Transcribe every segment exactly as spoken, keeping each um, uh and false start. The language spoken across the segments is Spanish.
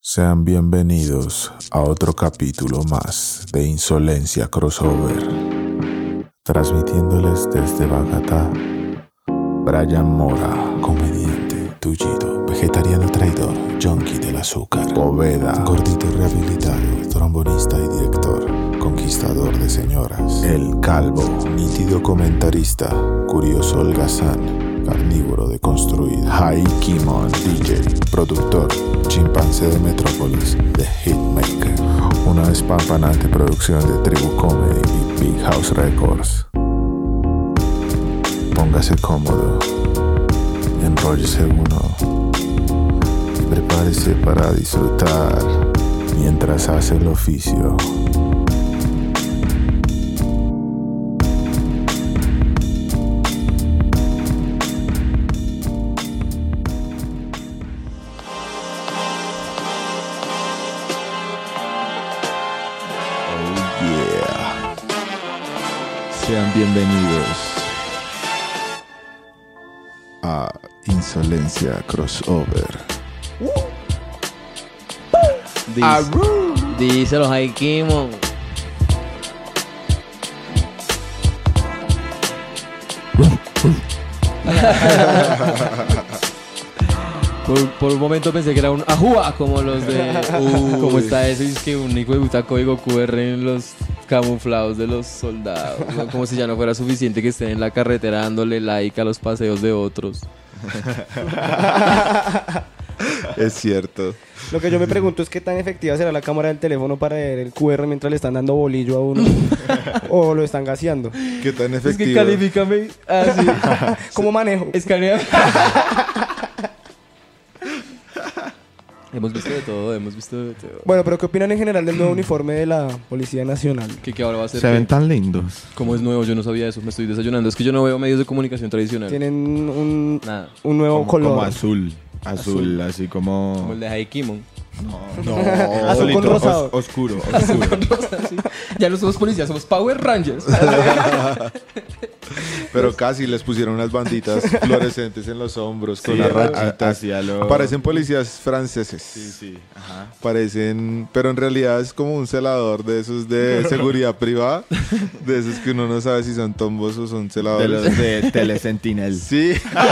Sean bienvenidos a otro capítulo más de Insolencia Crossover. Transmitiéndoles desde Bogotá, Brian Mora, comediante, tullido, vegetariano traidor, junkie del azúcar, Poveda, gordito rehabilitado, trombonista y director, conquistador de señoras, El Calvo, nítido comentarista, curioso holgazán, carnívoro deconstruido, Haikimon, D J, productor, chimpancé de Metrópolis, The Hitmaker, una despampanante producción de Tribu Comedy y Big House Records. Póngase cómodo, enróllese uno y prepárese para disfrutar mientras hace el oficio. Sean bienvenidos a Insolencia Crossover. Dice, díselo, Haikimon. Por, por un momento pensé que era un ajúa, como los de... Uh, como está eso, y es que un hijo de puta código Q R en los camuflados de los soldados, ¿no? Como si ya no fuera suficiente que estén en la carretera dándole like a los paseos de otros. Es cierto. Lo que yo me pregunto es qué tan efectiva será la cámara del teléfono para ver el Q R mientras le están dando bolillo a uno o lo están gaseando. ¿Qué tan efectivo? Es que califícame. Ah, sí. ¿Cómo manejo? Escanea. Hemos visto de todo, hemos visto de todo. Bueno, pero ¿qué opinan en general del nuevo uniforme de la Policía Nacional? ¿Qué, qué ahora va a ser? Se ven tan lindos. ¿Cómo es nuevo? Yo no sabía eso, me estoy desayunando. Es que yo no veo medios de comunicación tradicional. Tienen un, Nada. un nuevo Como, color. como azul. azul. Azul, así como... Como el de Haikimon. No, no. Azul solito, con rosado. os- oscuro, oscuro. Ya no somos policías, somos Power Rangers. Pero casi les pusieron unas banditas fluorescentes en los hombros con Sí, las a- rayitas. hacia lo- Parecen policías franceses. Sí, sí, ajá. Parecen, pero en realidad es como un celador de esos de seguridad privada, de esos que uno no sabe si son tombos o son De celadores. los de Telesentinel. Sí,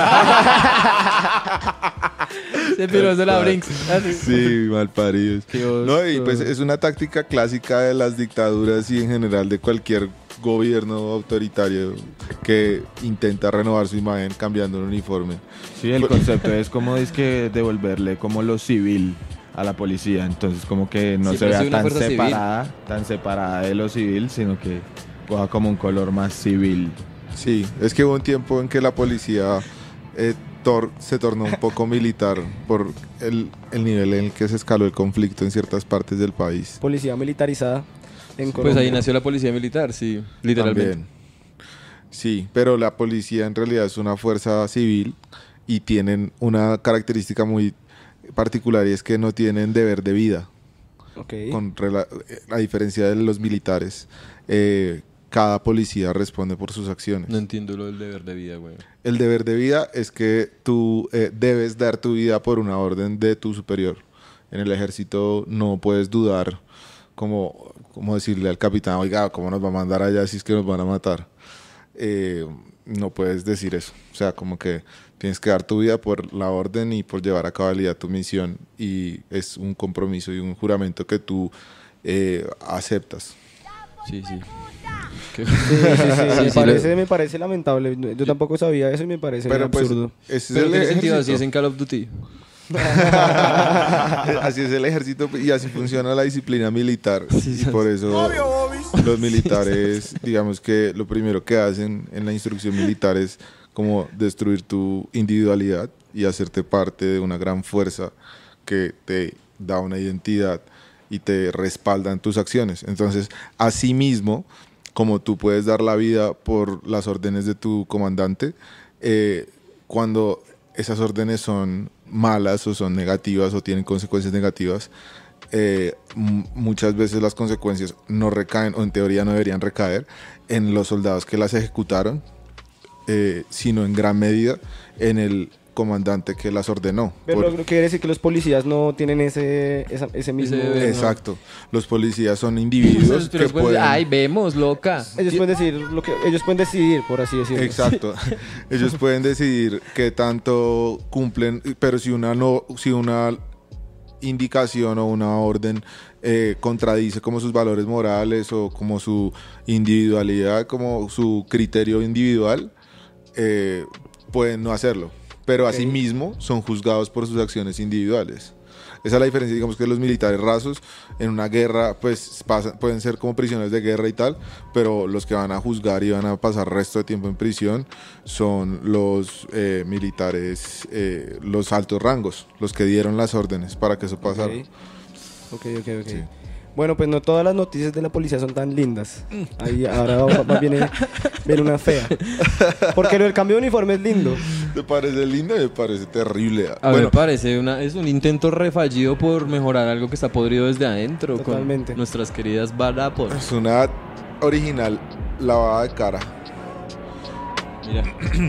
Se piró de la Brinks. Así. sí, mal paridos. Qué oso. No, y pues es una táctica clásica de las dictaduras y en general de cualquier gobierno autoritario que intenta renovar su imagen cambiando el uniforme. Sí, el concepto es como es que devolverle como lo civil a la policía, entonces como que no Siempre se ha vea sido una tan fuerza separada, tan separada de lo civil, sino que coja como un color más civil. Sí, es que hubo un tiempo en que la policía eh, tor- se tornó un poco militar por el, el nivel en el que se escaló el conflicto en ciertas partes del país. Policía militarizada en Pues Colombia. ahí nació la policía militar, sí, literalmente. También. Sí, pero la policía en realidad es una fuerza civil y tienen una característica muy particular y es que no tienen deber de vida. Ok. Con rela- a diferencia de los militares, eh, cada policía responde por sus acciones. No entiendo lo del deber de vida, güey. El deber de vida es que tú eh, debes dar tu vida por una orden de tu superior. En el ejército no puedes dudar como, como decirle al capitán, oiga, ¿cómo nos va a mandar allá si es que nos van a matar? Eh, no puedes decir eso. O sea, como que tienes que dar tu vida por la orden y por llevar a cabalidad tu misión. Y es un compromiso y un juramento que tú eh, aceptas. Sí, sí. Sí, sí, sí, me, sí, parece, lo- me parece lamentable. Yo tampoco sabía eso y me parece Pero pues, absurdo. ese es Pero el tiene sentido, ejército. así es en Call of Duty. Así es el ejército y así funciona la disciplina militar. Sí, Y por eso los militares, digamos que lo primero que hacen en la instrucción militar es como destruir tu individualidad y hacerte parte de una gran fuerza que te da una identidad y te respalda en tus acciones. Entonces, asimismo, como tú puedes dar la vida por las órdenes de tu comandante, eh, cuando esas órdenes son malas o son negativas o tienen consecuencias negativas, eh, m- muchas veces las consecuencias no recaen, o en teoría no deberían recaer, en los soldados que las ejecutaron, eh, sino en gran medida en el comandante que las ordenó. Pero Por- lo que quiere decir que los policías no tienen ese, esa- ese mismo... deber, ¿no? Exacto. Los policías son individuos Pero que después, pueden... ay, vemos, loca. Ellos pueden decir lo que ellos pueden decidir, por así decirlo. Exacto. Ellos pueden decidir qué tanto cumplen, pero si una no, si una indicación o una orden eh, contradice como sus valores morales o como su individualidad, como su criterio individual, eh, pueden no hacerlo. Pero asimismo son juzgados por sus acciones individuales. Esa es la diferencia, digamos que los militares rasos en una guerra pues pasan, pueden ser como prisioneros de guerra y tal, pero los que van a juzgar y van a pasar resto de tiempo en prisión son los eh, militares, eh, los altos rangos, los que dieron las órdenes para que eso pasara. Ok, ok, ok. Sí. Bueno, pues no todas las noticias de la policía son tan lindas. Ahí ahora va- va- viene, viene una fea. Porque lo del cambio de uniforme es lindo. ¿Te parece lindo? Me parece terrible. A Bueno, ver, parece una, es un intento refallido por mejorar algo que está podrido desde adentro. Totalmente. Con nuestras queridas balapos. es una original lavada de cara. Mira.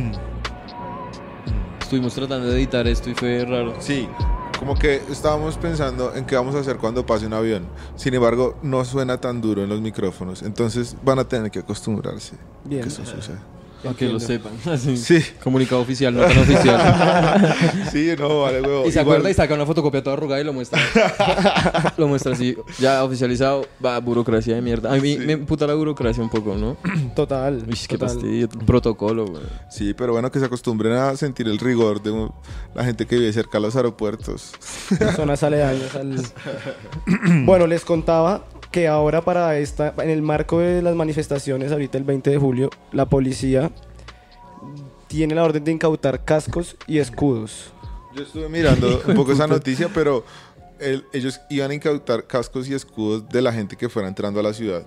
Estuvimos tratando de editar esto y fue raro. Sí, como que estábamos pensando en qué vamos a hacer cuando pase un avión. Sin embargo, no suena tan duro en los micrófonos. Entonces van a tener que acostumbrarse Bien. que eso suceda. Para que lo sepan. Así. Sí. Comunicado oficial, no tan oficial. Sí, no, vale, huevo. Y se Igual- acuerda y saca una fotocopia toda arrugada y lo muestra. Lo muestra así. Ya oficializado. Va, burocracia de mierda. A mí Sí. me emputa la burocracia un poco, ¿no? Total. Uy, qué total. fastidio. Protocolo, güey. Sí, pero bueno, que se acostumbren a sentir el rigor de un- la gente que vive cerca de los aeropuertos. Zonas aledañas al... Bueno, les contaba que ahora para esta, en el marco de las manifestaciones, ahorita el veinte de julio, la policía tiene la orden de incautar cascos y escudos. Yo estuve mirando un poco esa noticia, pero el- ellos iban a incautar cascos y escudos de la gente que fuera entrando a la ciudad.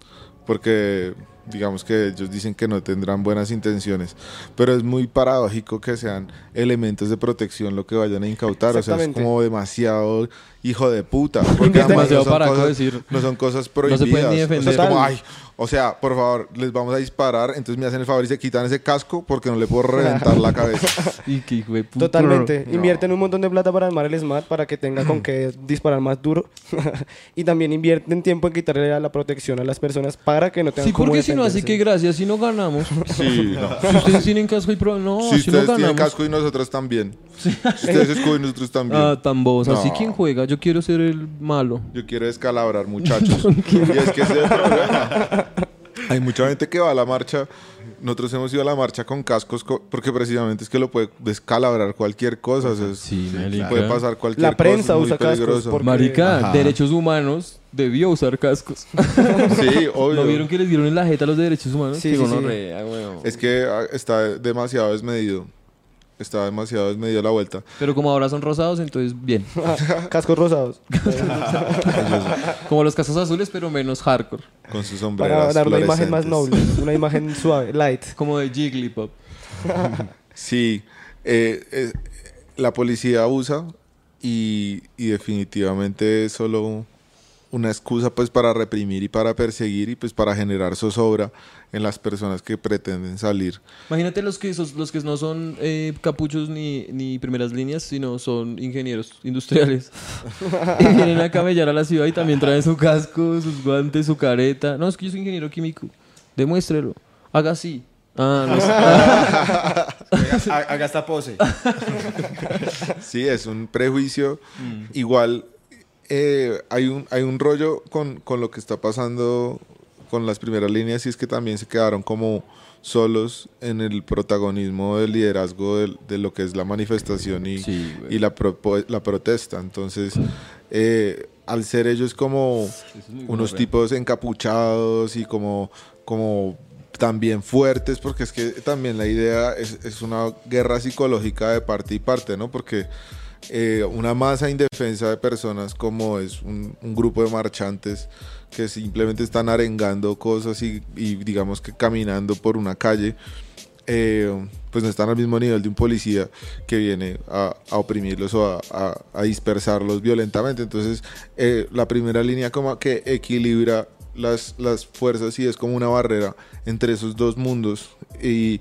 Porque digamos que ellos dicen que no tendrán buenas intenciones, pero es muy paradójico que sean elementos de protección lo que vayan a incautar. O sea, es Exactamente. como demasiado hijo de puta. Porque además Demasiado no son paraco cosas- decir. no son cosas No prohibidas. se pueden ni O sea, defender. es como, Total. ay, o sea, por favor, les vamos a disparar, entonces me hacen el favor y se quitan ese casco porque no le puedo reventar la cabeza. Y que hijo de puta. Totalmente. No. Invierten un montón de plata para armar el SMAT para que tenga con qué disparar más duro. Y también invierten tiempo en quitarle la, la protección a las personas para que no tengan Sí, cómo porque si no, así defenderse. que gracias, si no ganamos. Sí, no. Si ustedes tienen casco y pro, no, Si si no ustedes tienen ganamos. casco y nosotros también. Si ustedes escudo y nosotros también. Ah, tan bobos. Así No. quién juega, yo quiero ser el malo. Yo quiero descalabrar, muchachos. Y es que ese es el problema. Hay mucha gente que va a la marcha. Nosotros hemos ido a la marcha con cascos co- porque precisamente es que lo puede descalabrar cualquier cosa. O sea, es- Sí, marica. puede pasar cualquier La cosa. prensa es muy usa cascos peligroso. porque- Marica, Ajá. derechos humanos debió usar cascos. Sí, obvio. ¿No vieron que les dieron en la jeta a los derechos humanos? Sí, Qué sí, sí. gonorrea, weón. Es que ah, está demasiado desmedido. Está demasiado desmedido la vuelta. Pero como ahora son rosados, entonces bien. Cascos rosados. Como los cascos azules, pero menos hardcore. Con sus sombreras Para dar una imagen más fluorescentes. noble. Una imagen suave, light. Como de Jigglypuff. Sí, eh, eh, la policía abusa y, y definitivamente es solo una excusa pues para reprimir y para perseguir y pues para generar zozobra en las personas que pretenden salir. Imagínate los que, esos- los que no son eh, capuchos ni, ni primeras líneas, sino son ingenieros industriales. Y vienen a camellar a la ciudad y también traen su casco, sus guantes, su careta. No, es que yo soy ingeniero químico. Demuéstrelo. Haga así. Ah, no sé. Haga esta pose. Sí, es un prejuicio. Igual eh, hay, un, hay un rollo con, con lo que está pasando con las primeras líneas y es que también se quedaron como solos en el protagonismo del liderazgo del- de, lo que es la manifestación y, Sí, güey. y la, propo- la protesta. Entonces, eh, al ser ellos como muy unos gonorrea. tipos encapuchados y como, como también fuertes, porque es que también la idea es, es una guerra psicológica de parte y parte, ¿no? Porque eh, una masa indefensa de personas como es un, un grupo de marchantes que simplemente están arengando cosas y, y digamos que caminando por una calle, eh, pues no están al mismo nivel de un policía que viene a, a oprimirlos o a, a- a dispersarlos violentamente. Entonces, eh, la primera línea como que equilibra las, las fuerzas y es como una barrera entre esos dos mundos y,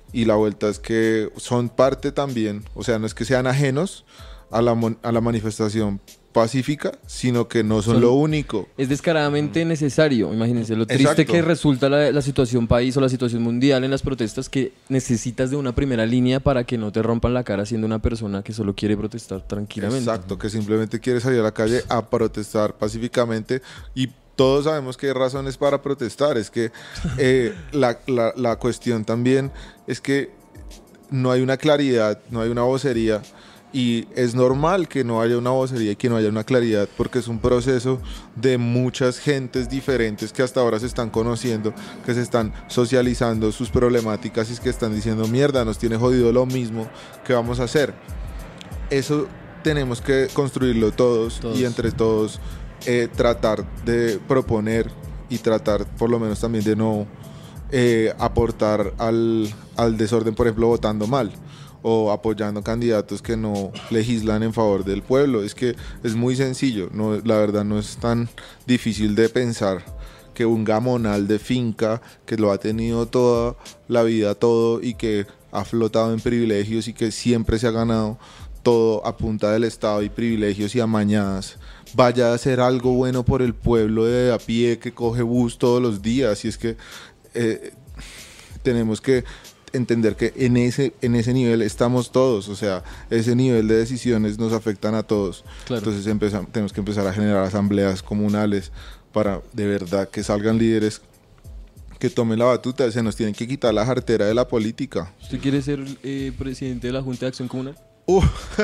y la vuelta es que son parte también, o sea, no es que sean ajenos a la, mon- a la manifestación pacífica, sino que no son, Son- lo único. Es descaradamente necesario, imagínense, lo triste Exacto. que resulta la, la situación país o la situación mundial en las protestas, que necesitas de una primera línea para que no te rompan la cara siendo una persona que solo quiere protestar tranquilamente. Exacto, que simplemente quiere salir a la calle a protestar pacíficamente y todos sabemos que hay razones para protestar. Es que eh, la, la, la cuestión también es que no hay una claridad, no hay una vocería y es normal que no haya una vocería y que no haya una claridad porque es un proceso de muchas gentes diferentes que hasta ahora se están conociendo, que se están socializando sus problemáticas y es que están diciendo mierda, nos tiene jodido lo mismo, ¿qué vamos a hacer? Eso tenemos que construirlo todos, Todos. y entre todos eh, tratar de proponer y tratar por lo menos también de no eh, aportar al, al desorden, por ejemplo, votando mal o apoyando candidatos que no legislan en favor del pueblo. Es que es muy sencillo, no, la verdad no es tan difícil de pensar que un gamonal de finca que lo ha tenido toda la vida todo y que ha flotado en privilegios y que siempre se ha ganado todo a punta del Estado y privilegios y amañadas, vaya a hacer algo bueno por el pueblo de a pie que coge bus todos los días. Y es que eh, tenemos que entender que en ese, en ese nivel estamos todos, o sea, ese nivel de decisiones nos afectan a todos. Claro. Entonces empezamos, tenemos que empezar a generar asambleas comunales para de verdad que salgan líderes que tomen la batuta. Se nos tienen que quitar la jartera de la política. ¿Usted quiere ser eh, presidente de la Junta de Acción Comunal? Uh.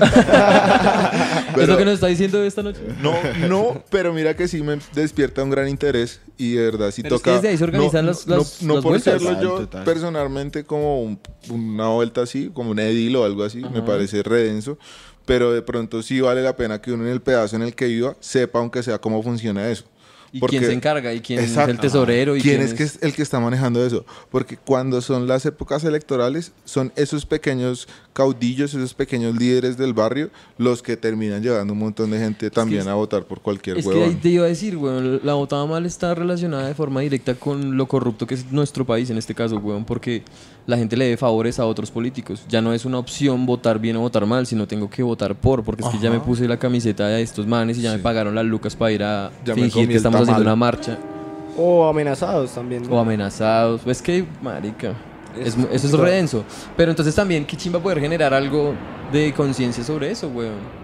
¿Es Pero- lo que nos está diciendo esta noche? No, no, pero mira que sí me despierta un gran interés y de verdad sí Pero es toca. que desde ahí se organizan no, las- no, las- no las por vueltas. serlo yo Total, total. personalmente como un- una vuelta así, como un edil o algo así, me Ajá. parece redenso, pero de pronto sí vale la pena que uno en el pedazo en el que viva sepa aunque sea cómo funciona eso. ¿Y Porque- quién se encarga? ¿Y quién Exacto. es el tesorero? ¿Y ¿Quién, es, que es el que está manejando eso? Porque cuando son las épocas electorales, son esos pequeños caudillos, esos pequeños líderes del barrio, los que terminan llevando un montón de gente también es- a votar por cualquier Es que huevón. ahí te iba a decir, weón, la votada mal está relacionada de forma directa con lo corrupto que es nuestro país en este caso, weón, porque la gente le debe favores a otros políticos. Ya no es una opción votar bien o votar mal, sino tengo que votar por, porque es que ya me puse la camiseta de estos manes y ya me pagaron las lucas para ir a Ya me fingir comí que el estamos haciendo tamal. una marcha O amenazados también. o amenazados. Pues que, marica, es, Es mu- eso es complicado. re denso. Pero entonces también, qué chimba poder generar algo de conciencia sobre eso, weón.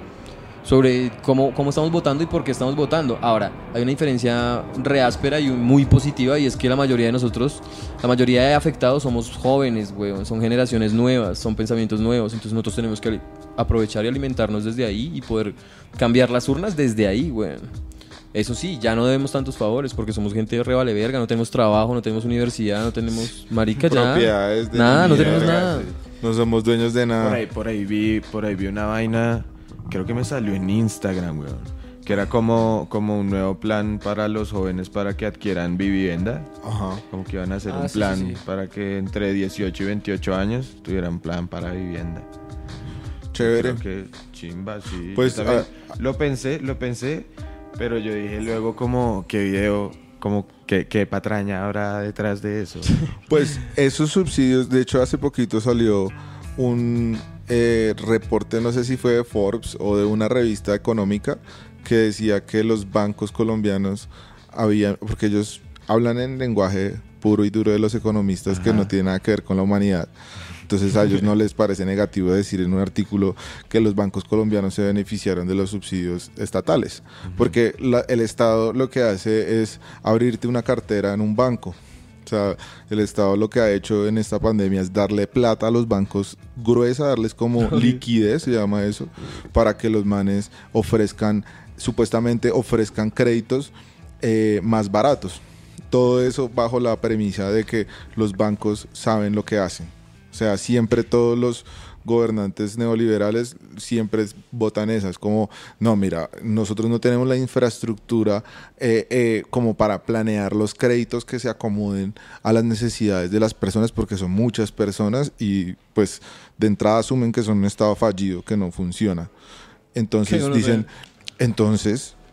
Sobre cómo, cómo estamos votando y por qué estamos votando. Ahora, hay una diferencia re áspera y muy positiva, y es que la mayoría de nosotros, la mayoría de afectados somos jóvenes, weón. Son generaciones nuevas, son pensamientos nuevos. Entonces nosotros tenemos que ali- aprovechar y alimentarnos desde ahí y poder cambiar las urnas desde ahí, weón. Eso sí, ya no debemos tantos favores porque somos gente re vale verga, no tenemos trabajo, no tenemos universidad, no tenemos marica ya. Propiedades de Nada, no mierda, tenemos nada. sí. No somos dueños de Por nada. ahí, por ahí vi, por ahí vi una vaina, creo que me salió en Instagram, weón, que era como, como un nuevo plan para los jóvenes para que adquieran vivienda. Ajá. Como que iban a hacer Ah, un sí, plan sí, sí. para que entre dieciocho y veintiocho años tuvieran plan para vivienda. Chévere. Creo que chimba, sí. Pues, Yo también ah, lo pensé, lo pensé, pero yo dije luego como, ¿qué video, como, qué, qué patraña habrá detrás de eso? Pues esos subsidios, de hecho hace poquito salió un eh, reporte, no sé si fue de Forbes o de una revista económica, que decía que los bancos colombianos habían, porque ellos hablan en lenguaje puro y duro de los economistas que Ajá. no tiene nada que ver con la humanidad. Entonces a ellos no les parece negativo decir en un artículo que los bancos colombianos se beneficiaron de los subsidios estatales, porque la- el Estado lo que hace es abrirte una cartera en un banco. O sea, el Estado lo que ha hecho en esta pandemia es darle plata a los bancos gruesa, darles como liquidez, se llama eso, para que los manes ofrezcan, supuestamente ofrezcan créditos eh, más baratos. Todo eso bajo la premisa de que los bancos saben lo que hacen. O sea, siempre todos los gobernantes neoliberales siempre es- votan esas, como, no, mira, nosotros no tenemos la infraestructura eh, eh, como para planear los créditos que se acomoden a las necesidades de las personas, porque son muchas personas y pues de entrada asumen que son un estado fallido, que no funciona. Entonces Qué dicen, gonorrea. entonces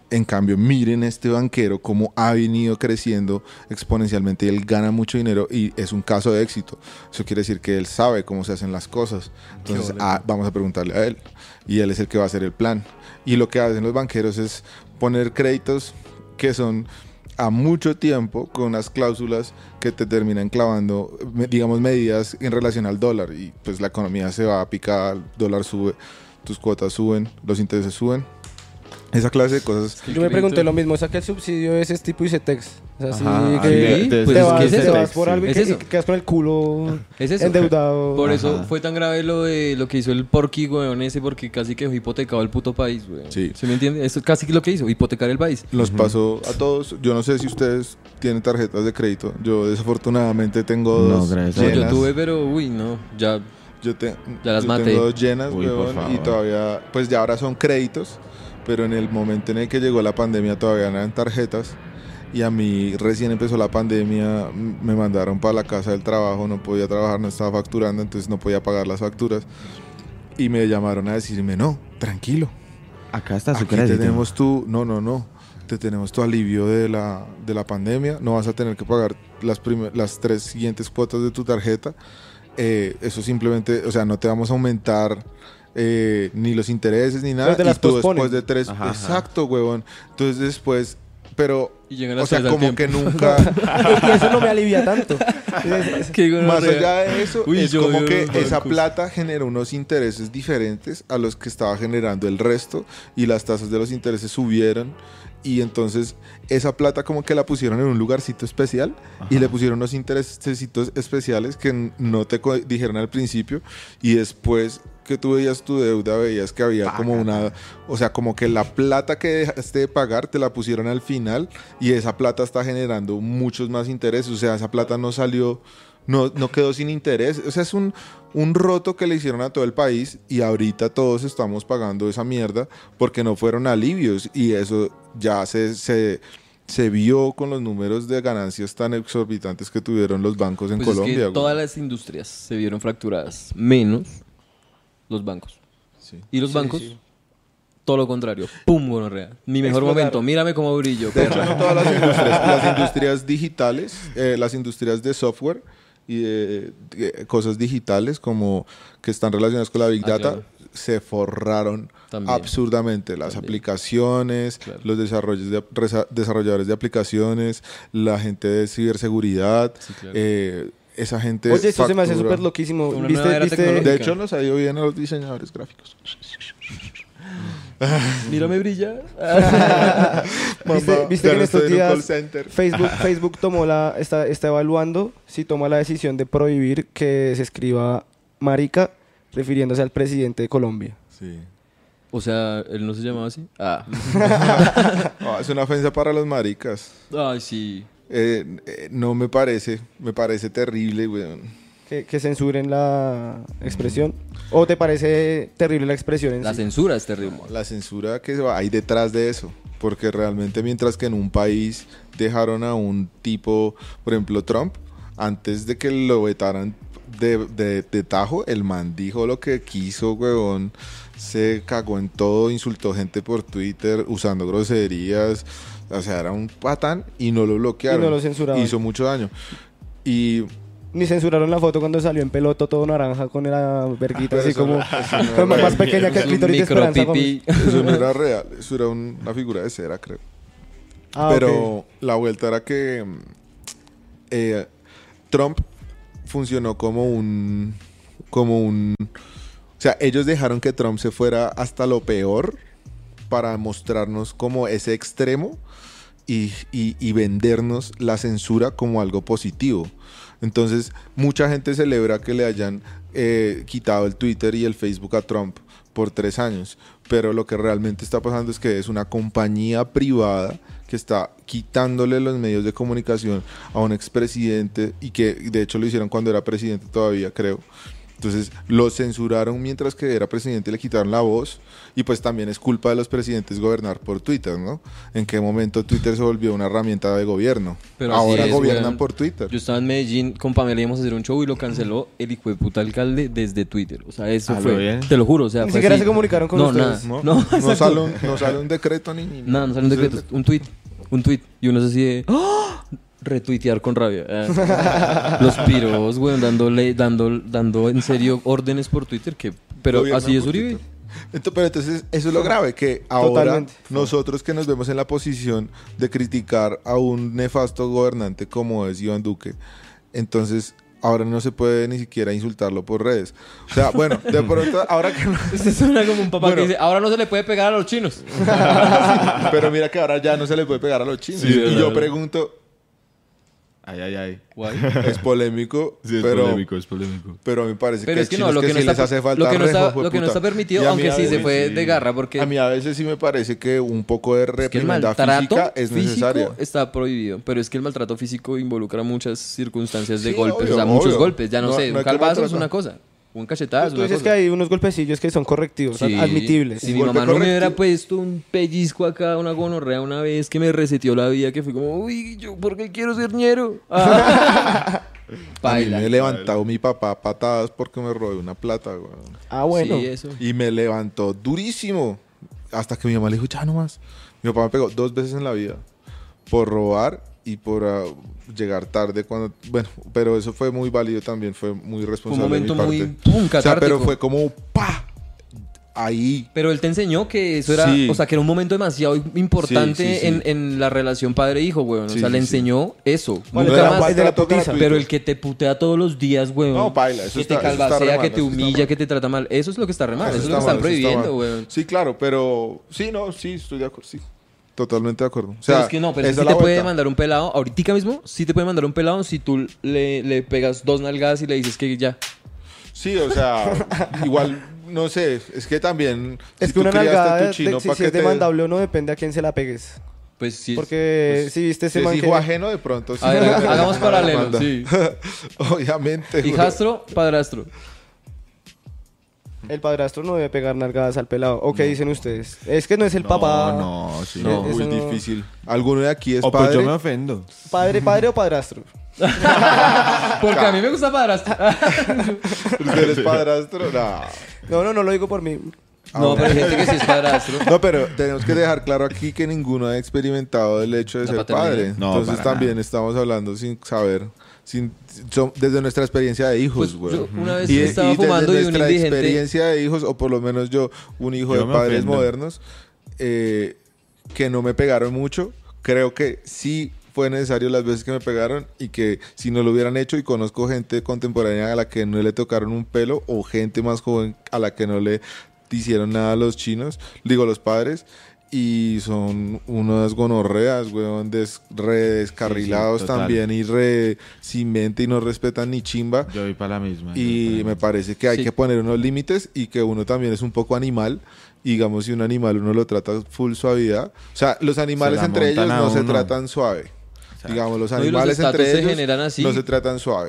En cambio, miren este banquero cómo ha venido creciendo exponencialmente y él gana mucho dinero y es un caso de éxito. Eso quiere decir que él sabe cómo se hacen las cosas. Entonces, ah, vamos a preguntarle a él y él es el que va a hacer el plan. Y lo que hacen los banqueros es poner créditos que son a mucho tiempo con unas cláusulas que te terminan clavando, digamos, medidas en relación al dólar y pues la economía se va a picar, el dólar sube, tus cuotas suben, los intereses suben. Esa clase de cosas. Yo me pregunté lo mismo, o sea que el subsidio es este tipo ICETEX. O sea, Ajá, sí, que sí, te, pues vas, es que es te eso, vas por algo y, es que, eso. y que quedas con el culo Es eso. endeudado. Por eso Ajá. fue tan grave lo de lo que hizo el Porky, weón, ese, porque casi quedó hipotecado el puto país, weón. Sí. ¿Se me entiende? Eso es casi lo que hizo, hipotecar el país. Nos pasó a todos. Yo no sé si ustedes tienen tarjetas de crédito. Yo desafortunadamente tengo No, dos gracias a No, Dios. yo llenas. tuve, pero uy, no, ya. Yo, te- Ya las yo maté. tengo dos llenas, Uy, por weón, y favor. todavía, pues ya ahora son créditos, pero en el momento en el que llegó la pandemia todavía no eran tarjetas. Y a mí recién empezó la pandemia, m- me mandaron para la casa del trabajo, no podía trabajar, no estaba facturando, entonces no podía pagar las facturas. Y me llamaron a decirme, no, tranquilo, Acá está su aquí crédito. tenemos tu, no, no, no, te tenemos tu alivio de la, de la pandemia, no vas a tener que pagar las, primer- las tres siguientes cuotas de tu tarjeta. Eh, eso simplemente, o sea, no te vamos a aumentar eh, ni los intereses ni nada. Pero te las y tú posponen. después de tres, Ajá, ajá. exacto, huevón. Entonces después, pero, Y llegan o las sea, tres al como tiempo. que nunca, Y eso no me alivia tanto. Es- es- Que digo, no, más real. allá de eso, Uy, es yo como odio que los esa bancos. plata genera unos intereses diferentes a los que estaba generando el resto y las tasas de los intereses subieron. Y entonces esa plata como que la pusieron en un lugarcito especial y le pusieron unos interesitos especiales que n- no te co- dijeron al principio y después que tú veías tu deuda veías que había como una, o sea, como que la plata que dejaste de pagar te la pusieron al final y esa plata está generando muchos más intereses, o sea, esa plata no salió, no, no quedó sin interés, o sea, es un, un roto que le hicieron a todo el país y ahorita todos estamos pagando esa mierda porque no fueron alivios y eso ya se, se, se vio con los números de ganancias tan exorbitantes que tuvieron los bancos en Pues es Colombia. que güey. todas las industrias se vieron fracturadas, menos los bancos. Sí. Y los Sí, bancos, sí. todo lo contrario. ¡Pum! Gonorrea. Mi mejor Explotaron. momento. Mírame cómo brillo. De hecho, perra. no todas las industrias, las industrias digitales, eh, las industrias de software y de, de cosas digitales como que están relacionadas con la Big Ah, Data, claro. se forraron También. absurdamente. Las También. aplicaciones, Claro. los desarrollos de, resa- desarrolladores de aplicaciones, la gente de ciberseguridad, Sí, claro. eh, esa gente Oye, esto se me hace factura. súper loquísimo. Una ¿Viste, nueva era viste, tecnológica. De hecho, nos ha ido bien a los diseñadores gráficos. Mírame brillar. ¿Viste, Mamá, viste ya que en no estos estoy en un call días center. Facebook, Facebook tomó la, está, está evaluando si toma la decisión de prohibir que se escriba marica refiriéndose al presidente de Colombia? Sí. O sea, él no se llamaba así. Ah. Ah, es una ofensa para los maricas. Ay, sí. Eh, eh, no me parece, me parece terrible, weón. Que, que censuren la expresión. ¿O te parece terrible la expresión en La sí? censura es terrible. La censura que va- hay detrás de eso, porque realmente mientras que en un país dejaron a un tipo, por ejemplo Trump, antes de que lo vetaran de, de, de tajo, el man dijo lo que quiso, weón, se cagó en todo, insultó gente por Twitter usando groserías, o sea, era un patán y no lo bloquearon. Y no lo censuraban. Hizo mucho daño. Y Ni censuraron la foto cuando salió en peloto todo naranja con la verguita Pero así eso como, no- eso no como era más real. pequeña que el Un clítoris de micro Esperanza pipí. Gómez. eso no era real, eso era un- una figura de cera, creo. Ah, Pero ok. la vuelta era que mm, eh, Trump funcionó como un, como un, o sea, ellos dejaron que Trump se fuera hasta lo peor para mostrarnos como ese extremo y, y- y vendernos la censura como algo positivo. Entonces, mucha gente celebra que le hayan eh, quitado el Twitter y el Facebook a Trump por tres años, pero lo que realmente está pasando es que es una compañía privada que está quitándole los medios de comunicación a un expresidente y que de hecho lo hicieron cuando era presidente todavía, creo, Entonces lo censuraron mientras que era presidente y le quitaron la voz. Y pues también es culpa de los presidentes gobernar por Twitter, ¿no? ¿En qué momento Twitter se volvió una herramienta de gobierno? Pero así Ahora es, gobiernan weón. por Twitter. Yo estaba en Medellín con Pamela, íbamos a hacer un show y lo canceló el hijo de puta alcalde desde Twitter. O sea, eso ¿A lo fue. bien? Te lo juro, o sea, Ni fue siquiera así. se comunicaron con no, ustedes. Nada. No, No, no, exacto. sale un, no sale un decreto ni... ni Nada, no sale un decreto. Un tweet. Un tweet. Y uno es así de. ¡Ah! Retuitear con rabia. Ah. Los piros, güey, dándole, dando, dando en serio órdenes por Twitter. Que, pero Gobiernan así es por Uribe. Twitter. Entonces, pero entonces eso es lo grave, que ahora Totalmente. nosotros que nos vemos en la posición de criticar a un nefasto gobernante como es Iván Duque, entonces ahora no se puede ni siquiera insultarlo por redes. O sea, bueno, de pronto, ahora que no... Se suena como un papá Bueno. que dice, ahora no se le puede pegar a los chinos. Pero mira que ahora ya no se le puede pegar a los chinos. Sí, y verdad, yo verdad. pregunto, Ay, ay, ay. Guay. es polémico, Sí, es pero, polémico, es polémico. pero a mí me parece Pero que es que hay no, chinos lo que, que no sí está, les hace falta lo que no rejo, está, fue lo que no puta. está permitido, Y a mí aunque a sí se veces fue sí. de garra, porque A mí a veces sí me parece que un poco de es que el reprimenda maltrato física es físico necesaria. está prohibido, pero es que el maltrato físico involucra muchas circunstancias de Sí, golpes, obvio, o sea, muchos obvio. golpes, ya no, No- sé, no un hay que calvazo es maltratar. una cosa, un cachetazo es Tú una dices cosa. que hay unos golpecillos que son correctivos, Sí. admitibles. Si mi Golpe mamá no me correctivo. hubiera puesto un pellizco acá, una gonorrea una vez que me reseteó la vida, que fui como, uy, yo, ¿por qué quiero ser ñero? Ah. A mí Paila. me he levantado mi papá a patadas porque me robé una plata, güey. Ah, bueno. Sí, eso. Y me levantó durísimo. Hasta que mi mamá le dijo, ya no más. Mi papá me pegó dos veces en la vida. Por robar y por ah, llegar tarde cuando... Bueno, pero eso fue muy válido también. Fue muy Fue un responsable momento de mi muy parte. pum, O sea, catártico. pero fue como ¡pa! Ahí. Pero él te enseñó que eso era, Sí. o sea, que era un momento demasiado importante Sí, sí, sí. En, en la relación padre-hijo, weón. Sí, o sea, sí, le sí. enseñó eso. Bueno, Nunca de la- más. de la Maltrato putiza. gratuito. Pero el que te putea todos los días, weón. No, paila, eso que está- te eso está re calvacea, mal, que te eso está humilla, mal. que te trata mal. Eso es lo que está re mal. Eso, es lo que está están mal, eso está prohibiendo, mal. weón. Sí, claro, pero... Sí, no, sí, estoy de acuerdo, sí. Totalmente de acuerdo. O Pero sea, es que no, pero esa sí es la te puede vuelta. mandar un pelado, ahorita mismo, sí te puede mandar un pelado si tú le, le pegas dos nalgadas y le dices que ya. Sí, o sea, igual, no sé, es que también... Es si que tú una criaste a nalgada, tu de- chino si, pa' si que es te- demandable o no, depende a quién se la pegues. Pues sí. Porque pues, si viste ese Si man es que... hijo ajeno, de pronto sí. A ver, hagamos paralelo, Manda. sí. Obviamente. güey. Hijastro, padrastro. El padrastro no debe pegar nalgadas al pelado. ¿O qué dicen ustedes? Es que no es el papá. No, no, sí. No. Muy Eso no- difícil. ¿Alguno de aquí es O pues padre? yo me ofendo. ¿Padre, padre o padrastro? Porque a mí me gusta padrastro. ¿Usted eres padrastro? No. No, no, no lo digo por mí. No, pero hay gente que sí es padrastro. No, pero tenemos que dejar claro aquí que ninguno ha experimentado el hecho de La ser paternidad. padre. No, Entonces para también nada. estamos hablando sin saber, sin, son- desde nuestra experiencia de hijos, Pues güey. yo una vez Y, estaba y fumando desde y un nuestra indigente... experiencia de hijos, o por lo menos yo, un hijo Yo de me padres ofendo. modernos, eh, que no me pegaron mucho, creo que sí fue necesario las veces que me pegaron y que si no lo hubieran hecho, y conozco gente contemporánea a la que no le tocaron un pelo o gente más joven a la que no le hicieron nada a los chinos, digo los padres, y son unas gonorreas, weón, des, re descarrilados Sí, sí, total. también y re sin mente y no respetan ni chimba. Yo voy para la misma. yo voy Y para la me misma. parece que hay Sí. que poner unos límites y que uno también es un poco animal. Y digamos, si un animal uno lo trata full suavidad. O sea, los animales Se la entre ellos montan a no se uno. tratan suave. Exacto. Digamos, los No, y los animales estatus entre se ellos generan así. no se tratan suave.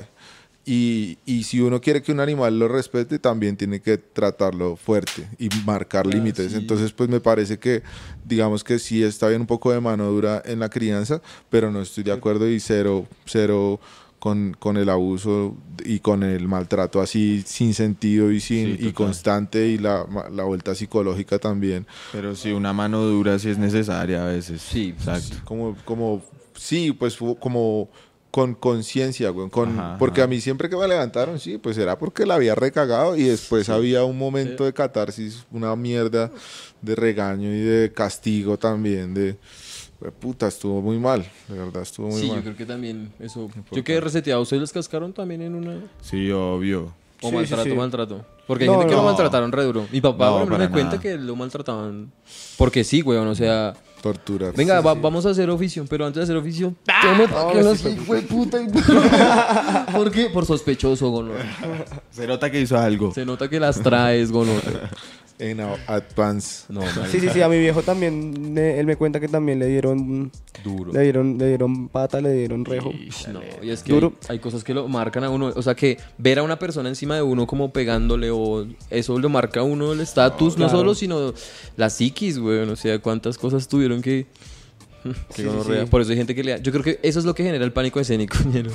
Y, y si uno quiere que un animal lo respete, también tiene que tratarlo fuerte y marcar límites. sí. Entonces, pues me parece que, digamos que sí está bien un poco de mano dura en la crianza, pero no estoy de acuerdo y cero, cero con, con el abuso y con el maltrato así sin sentido y, sin, Sí, y total. constante y la, la vuelta psicológica también. Pero sí, una mano dura sí es necesaria a veces. Sí. Exacto. Como, como, sí, pues fu- como con conciencia, güey. Con, Ajá, porque ajá. a mí siempre que me levantaron, sí, pues era porque la había recagado y después había un momento de catarsis, una mierda de regaño y de castigo también, de... "Güey, puta, estuvo muy mal, de verdad, estuvo muy Sí, yo mal. creo que también eso... Yo quedé reseteado. ¿Ustedes les cascaron también en una...? Sí, obvio. O Sí, maltrato, sí, sí. maltrato. Porque hay No, gente que no. lo maltrataron re duro. Mi papá No, por ejemplo, para me cuenta nada. que lo maltrataban. Porque sí, weón, o sea... Tortura. Venga, Sí, va- sí. vamos a hacer oficio, pero antes de hacer oficio... toma pa' que los hijos de puta y- ¿Por qué? Por sospechoso, gonor. Se nota que hizo algo. Se nota que las traes, gonor. En a- Advance. No, marica, Sí, sí, sí, a mi viejo también, me- él me cuenta que también le dieron, duro. le dieron, le dieron pata, le dieron rejo. No, y es que Duro. hay, hay cosas que lo marcan a uno. O sea, que ver a una persona encima de uno como pegándole o eso lo marca a uno el estatus, no, claro. solo, sino la psiquis, güey. O sea, cuántas cosas tuvieron que... que Sí, gonorrea. sí, sí. Por eso hay gente que le da... Yo creo que eso es lo que genera el pánico escénico. ñero.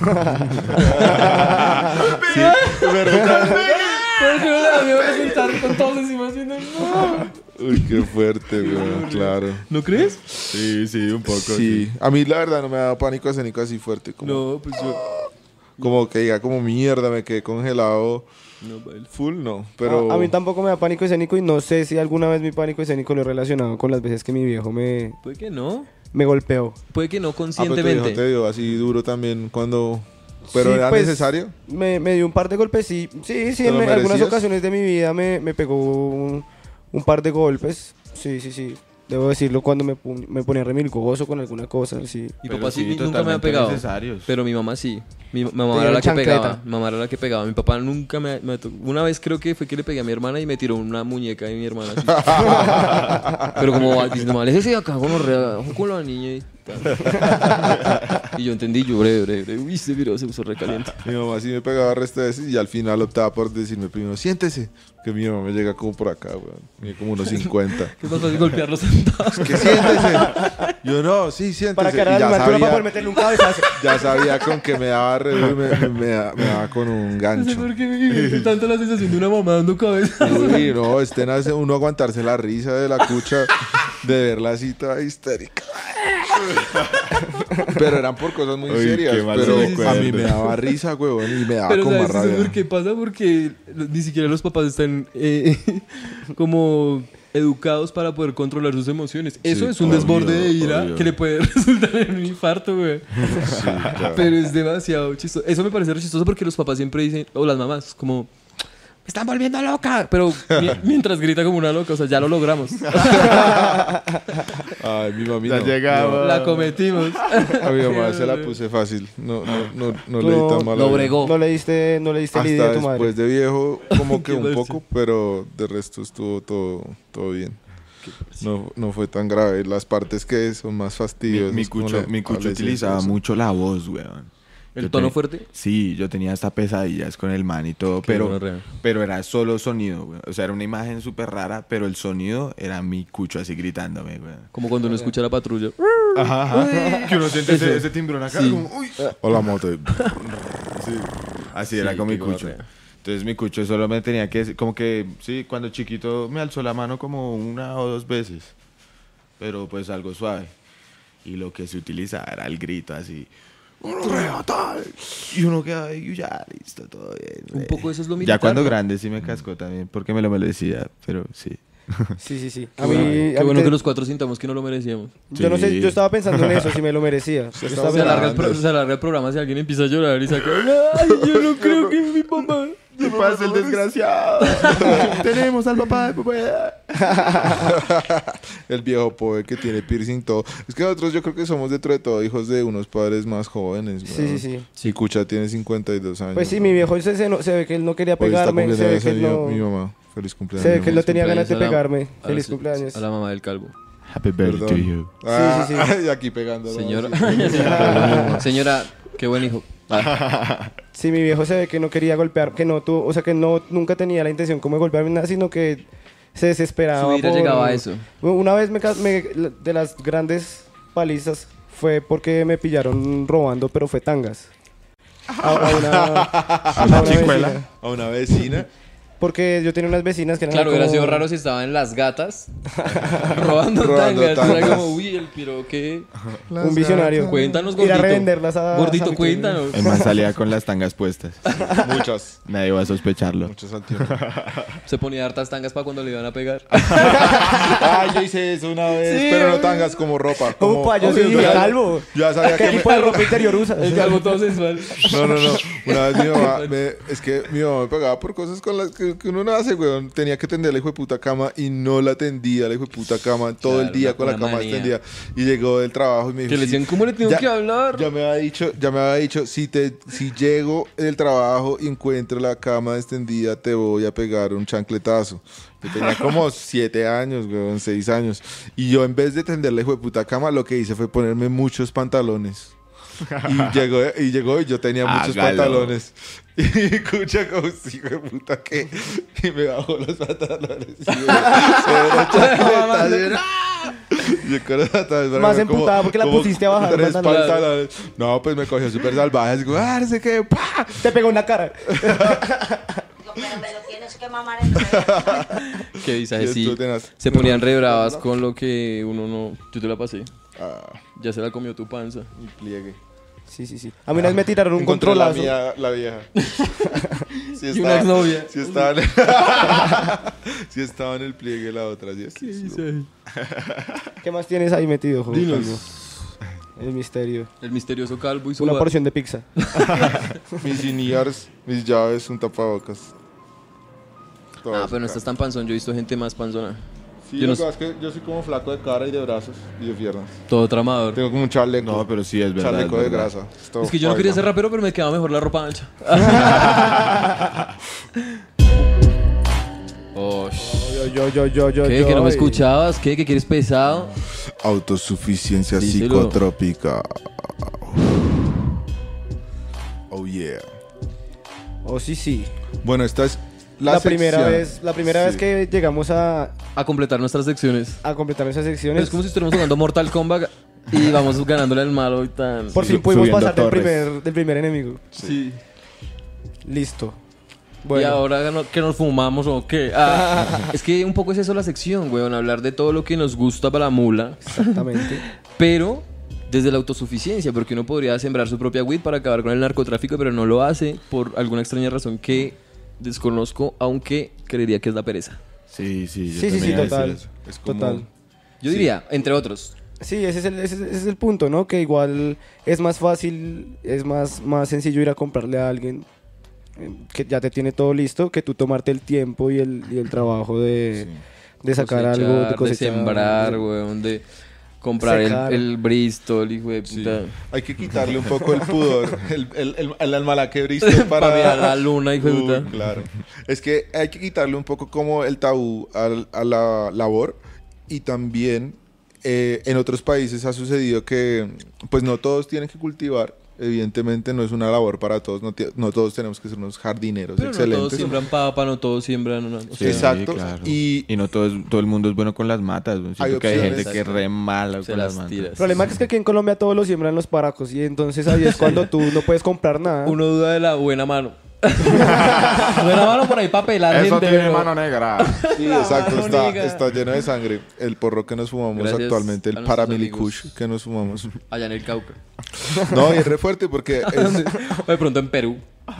Porque no le da miedo presentar con todos encima haciendo... Uy, qué fuerte, güey. Claro. ¿No crees? Sí, sí, un poco. Sí. A mí la verdad no me da pánico escénico así fuerte. Como, No, pues yo... como que diga, como mierda, me quedé congelado. No, baila. Full, no. Pero... A, a mí tampoco me da pánico escénico y no sé si alguna vez mi pánico escénico lo he relacionado con las veces que mi viejo me, Puede que no. me golpeó. Puede que no Ah, pero tu conscientemente. viejo te dio así duro también cuando... ¿Pero Sí, era pues, necesario? Me, me dio un par de golpes, sí. Sí, sí, ¿Te en lo me- algunas merecías? ocasiones de mi vida me, me pegó un, un par de golpes. Sí, sí, sí. Debo decirlo cuando me, pu- me ponía remilgoso con alguna cosa, sí. Mi Pero papá sí, sí, nunca me ha totalmente pegado. necesarios. Pero mi mamá sí. Mi mamá Te era dieron la que chancleta. pegaba. Mi mamá era la que pegaba. Mi papá nunca me, me to- Una vez creo que fue que le pegué a mi hermana y me tiró una muñeca de mi hermana. así. Pero como va diciendo, mal, ese acá con ojo con la niña y tal. Y yo entendí, lloré, lloré, lloré. Uy, se miró, se puso recaliente. Mi mamá sí me pegaba resto de veces y al final optaba por decirme primero, siéntese. Que mi mamá me llega como por acá, weón. Mide como unos cincuenta. ¿Qué más fácil golpearlo sentados? Que siéntese. Yo no, sí, siéntese. Para Y cara ya al altura para sabía, poder meterle un cabezazo. ya sabía con que me daba re duro y me, me, me da- me daba con un No sé gancho. por qué me vive tanto la sensación de una mamá dando cabeza. Uy, no, estén hace uno aguantarse la risa de la cucha de verla así toda histérica. Pero eran por cosas muy Uy, serias. qué mal Pero recuerdo. a mí me daba risa, huevón, y me daba Pero como ¿sabes más eso rabia. por qué pasa? Porque lo- ni siquiera los papás están eh, como educados para poder controlar sus emociones. Eso Sí, es un obvio, desborde de ira obvio. que le puede resultar en un infarto, güey. Sí, claro. Pero es demasiado chistoso. Eso me parece re chistoso porque los papás siempre dicen, o las mamás, como... ¡Me están volviendo loca! Pero mi- mientras grita como una loca, o sea, ya lo logramos. Ay, mi mami Ya no. llegaba. La cometimos. No, a mi mamá se la puse fácil. No, no, no, no Tú le di no- tan mal. Lo bregó. No le diste, no le diste Hasta lidia a tu madre. después de viejo, como que Qué un mal, poco, sí. pero de resto estuvo todo, todo bien. No, no fue tan grave. Las partes que son más Mi, fastidiosas. mi como cucho, la mi cucho adolescencia, utilizaba eso. mucho la voz, weón. ¿El Yo tono te- fuerte? Sí, yo tenía hasta pesadillas con el man y todo, Qué pero, gonorrea. pero era solo sonido, weón. O sea, era una imagen súper rara, pero el sonido era mi cucho así gritándome, weón. Como cuando uno escucha la patrulla. Ajá, ajá. Que uno siente ese, Eso. ese timbrón acá, Sí. como, uy. O la moto. de- Sí. Así era Sí, con mi qué cucho. gonorrea. Entonces mi cucho solo me tenía que decir, como que, sí, cuando chiquito me alzó la mano como una o dos veces, pero pues algo suave. Y lo que se utilizaba era el grito así, "Gonorrea, tal". Y uno queda ahí, y ya, listo, todo bien. Un güey. poco eso es lo militar, Ya cuando ¿no? grande sí me cascó también, porque me lo merecía, pero sí. Sí, sí, sí. Qué A mí, bueno, a qué mí bueno te- que los cuatro sintamos que no lo merecíamos. Yo no sé, Sí. yo estaba pensando en eso, si me lo merecía. Yo estaba Se Estamos pensando- alarga, el pro- se alarga el programa si alguien empieza a llorar y saca. ¡Ay, yo no creo que mi papá! ¿Qué pasa el desgraciado? Tenemos al papá de papá. El viejo pobre que tiene piercing todo. Es que nosotros yo creo que somos dentro de todo hijos de unos padres más jóvenes. Sí, weón. sí, sí. Y Cucha tiene cincuenta y dos años. Pues sí, mi viejo se, se, no- se ve que él no quería Hoy está pegarme, se cumpliendo ve años que él mi, no, mi mamá. Feliz cumpleaños. se ve que él no tenía ganas de Cumpleaños a la- pegarme. a la- Feliz cumpleaños. A la mamá del calvo. Happy birthday to Perdón. you. Ah, Sí, sí, y aquí pegando. ¿no? Señora, Sí. señora, qué buen hijo. Ah, Sí, mi viejo se ve que no quería golpear, que no tuvo, o sea, que no nunca tenía la intención como de golpearme nada, sino que se desesperaba. Su ira por- llegaba a eso. Una vez me, ca- me- de las grandes palizas fue porque me pillaron robando, pero fue tangas. A, a una, a una chicuela? vecina. A una vecina. Porque yo tenía unas vecinas que eran Claro, como- hubiera sido raro si estaban las gatas robando, Robando tangas. Era tangas. como, uy, el piro, ¿qué? un visionario. Cuéntanos, Ir gordito. a revenderlas a Gordito, San Victorino. cuéntanos. El man salía con las tangas puestas. Muchas. Nadie va a sospecharlo. Muchas al tiempo. Se ponía hartas tangas para cuando le iban a pegar. Ah, yo hice eso una vez. Sí, pero no güey. tangas como ropa. Como, Upa, yo soy ya- calvo. Ya sabía ¿Qué que me- tipo de ropa interior usas? El calvo todo sensual. No, no, no. Una vez mi mamá, me- es que mi mamá me pegaba por cosas con las que que, que uno no hace, weón. Tenía que tender la hijo de puta cama y no la tendía, la hijo de puta cama, todo Claro, el día una- con la una cama manía. extendida. Y llegó del trabajo y me dijo... Que le "Sí, decían, ¿cómo le tengo ya- que hablar? Ya me había dicho, ya me había dicho, si te, si llego del trabajo y encuentro la cama extendida, te voy a pegar un chancletazo. Yo tenía como siete años, weón, seis años. Y yo en vez de tender la hijo de puta cama, lo que hice fue ponerme muchos pantalones. Y llegó, y llegó y yo tenía muchos Hágalo. pantalones. Y escucha como si hijo de puta que y me bajó los pantalones. Y me- cero chancletas, y era- yo con los pantalones, Más como- emputada porque la como pusiste a bajar tres pantalones. pantalones. No, pues me cogió súper salvaje. Así como, ah, no sé qué, ¡pa! Te pegó en la cara. Digo, pero me lo tienes que mamar en Que visaje, Y sí. esto tenaz. Se ponían re bravas con lo que uno no... Yo te la pasé. Ah, Ya se la comió tu panza. y pliegue. Sí, sí, sí. A mí una vez me tiraron un Encontré controlazo. La, mía, la vieja. Sí Y una exnovia. Sí estaba, en, sí estaba en el pliegue la otra. Sí, sí, sí. ¿Qué más tienes ahí metido, joven? Dinos. Calvo? El misterio. El misterioso calvo y su Una bar. porción de pizza. Mis in-ears, mis llaves, un tapabocas. Todo Ah, eso, pero no estás tan panzón. Yo he visto gente más panzona. Sí, yo lo no que pasa es que yo soy como flaco de cara y de brazos y de piernas. Todo tramador. Tengo como un chaleco. No, pero sí es verdad. chaleco es de verdad. grasa. todo Es que yo no quería paila. ser rapero, pero me quedaba mejor la ropa ancha. Oh, Yo, yo, yo, yo, yo. ¿Qué? yo, ¿Que no me ay. escuchabas? ¿Qué? ¿Que quieres pesado? Autosuficiencia Díselo. psicotrópica. Oh yeah. Oh, sí, sí. Bueno, esta es la, La, primera sección. vez, la primera Sí. vez que llegamos a, A completar nuestras secciones. a completar esas Pero secciones. es como si estuviéramos jugando Mortal Kombat y vamos ganándole al malo y tan. Por Sí, fin pudimos subiendo pasar del torres. primer, del primer enemigo. Sí. Listo. Y Bueno, ahora no- que nos fumamos o qué. Ah, es que un poco es eso la sección, weón. Hablar de todo lo que nos gusta para la mula. exactamente. Pero desde la autosuficiencia, porque uno podría sembrar su propia weed para acabar con el narcotráfico, pero no lo hace por alguna extraña razón que desconozco, aunque creería que es la pereza. Sí, sí. yo Sí, sí, sí, también iba a decir total. eso. Es como- Total. Yo diría, entre otros. Sí, ese es, el, ese, es- ese es el punto, ¿no? Que igual es más fácil, es más, más sencillo ir a comprarle a alguien eh, que ya te tiene todo listo que tú tomarte el tiempo y el, y el trabajo de, de sacar Cosechar, algo, de cosechar. sembrar, de- weón, de comprar el, Secar. el Bristol, hijo de Sí. puta. Hay que quitarle un poco el pudor, el, el, el, el almalaque Bristol para... Para mirar la luna, hijo de Uh, puta. claro. Es que hay que quitarle un poco como el tabú al- a la labor y también eh, en otros países ha sucedido que pues no todos tienen que cultivar. Evidentemente no es una labor para todos, no, ti- no todos tenemos que ser unos jardineros Pero no todos excelentes. siembran papa, no todos siembran... una- o sea, Sí, Exacto. claro. Y- Y, no todo, es- todo el mundo es bueno con las matas. güey. Siento Hay que hay opciones. gente que es re mala se con las las matas. tiras. El problema es que aquí en Colombia todos lo siembran los paracos y entonces ahí es cuando tú no puedes comprar nada. Uno duda de la buena mano. buena mano por ahí para pelar Eso gente. tiene pero- mano negra. Sí, exacto, mano está, negra. está lleno de sangre. El porro que nos fumamos Gracias actualmente, a el nuestros paramilicush amigos. que nos fumamos. Allá en el Cauca. No, y es re fuerte porque es, O de pronto en Perú.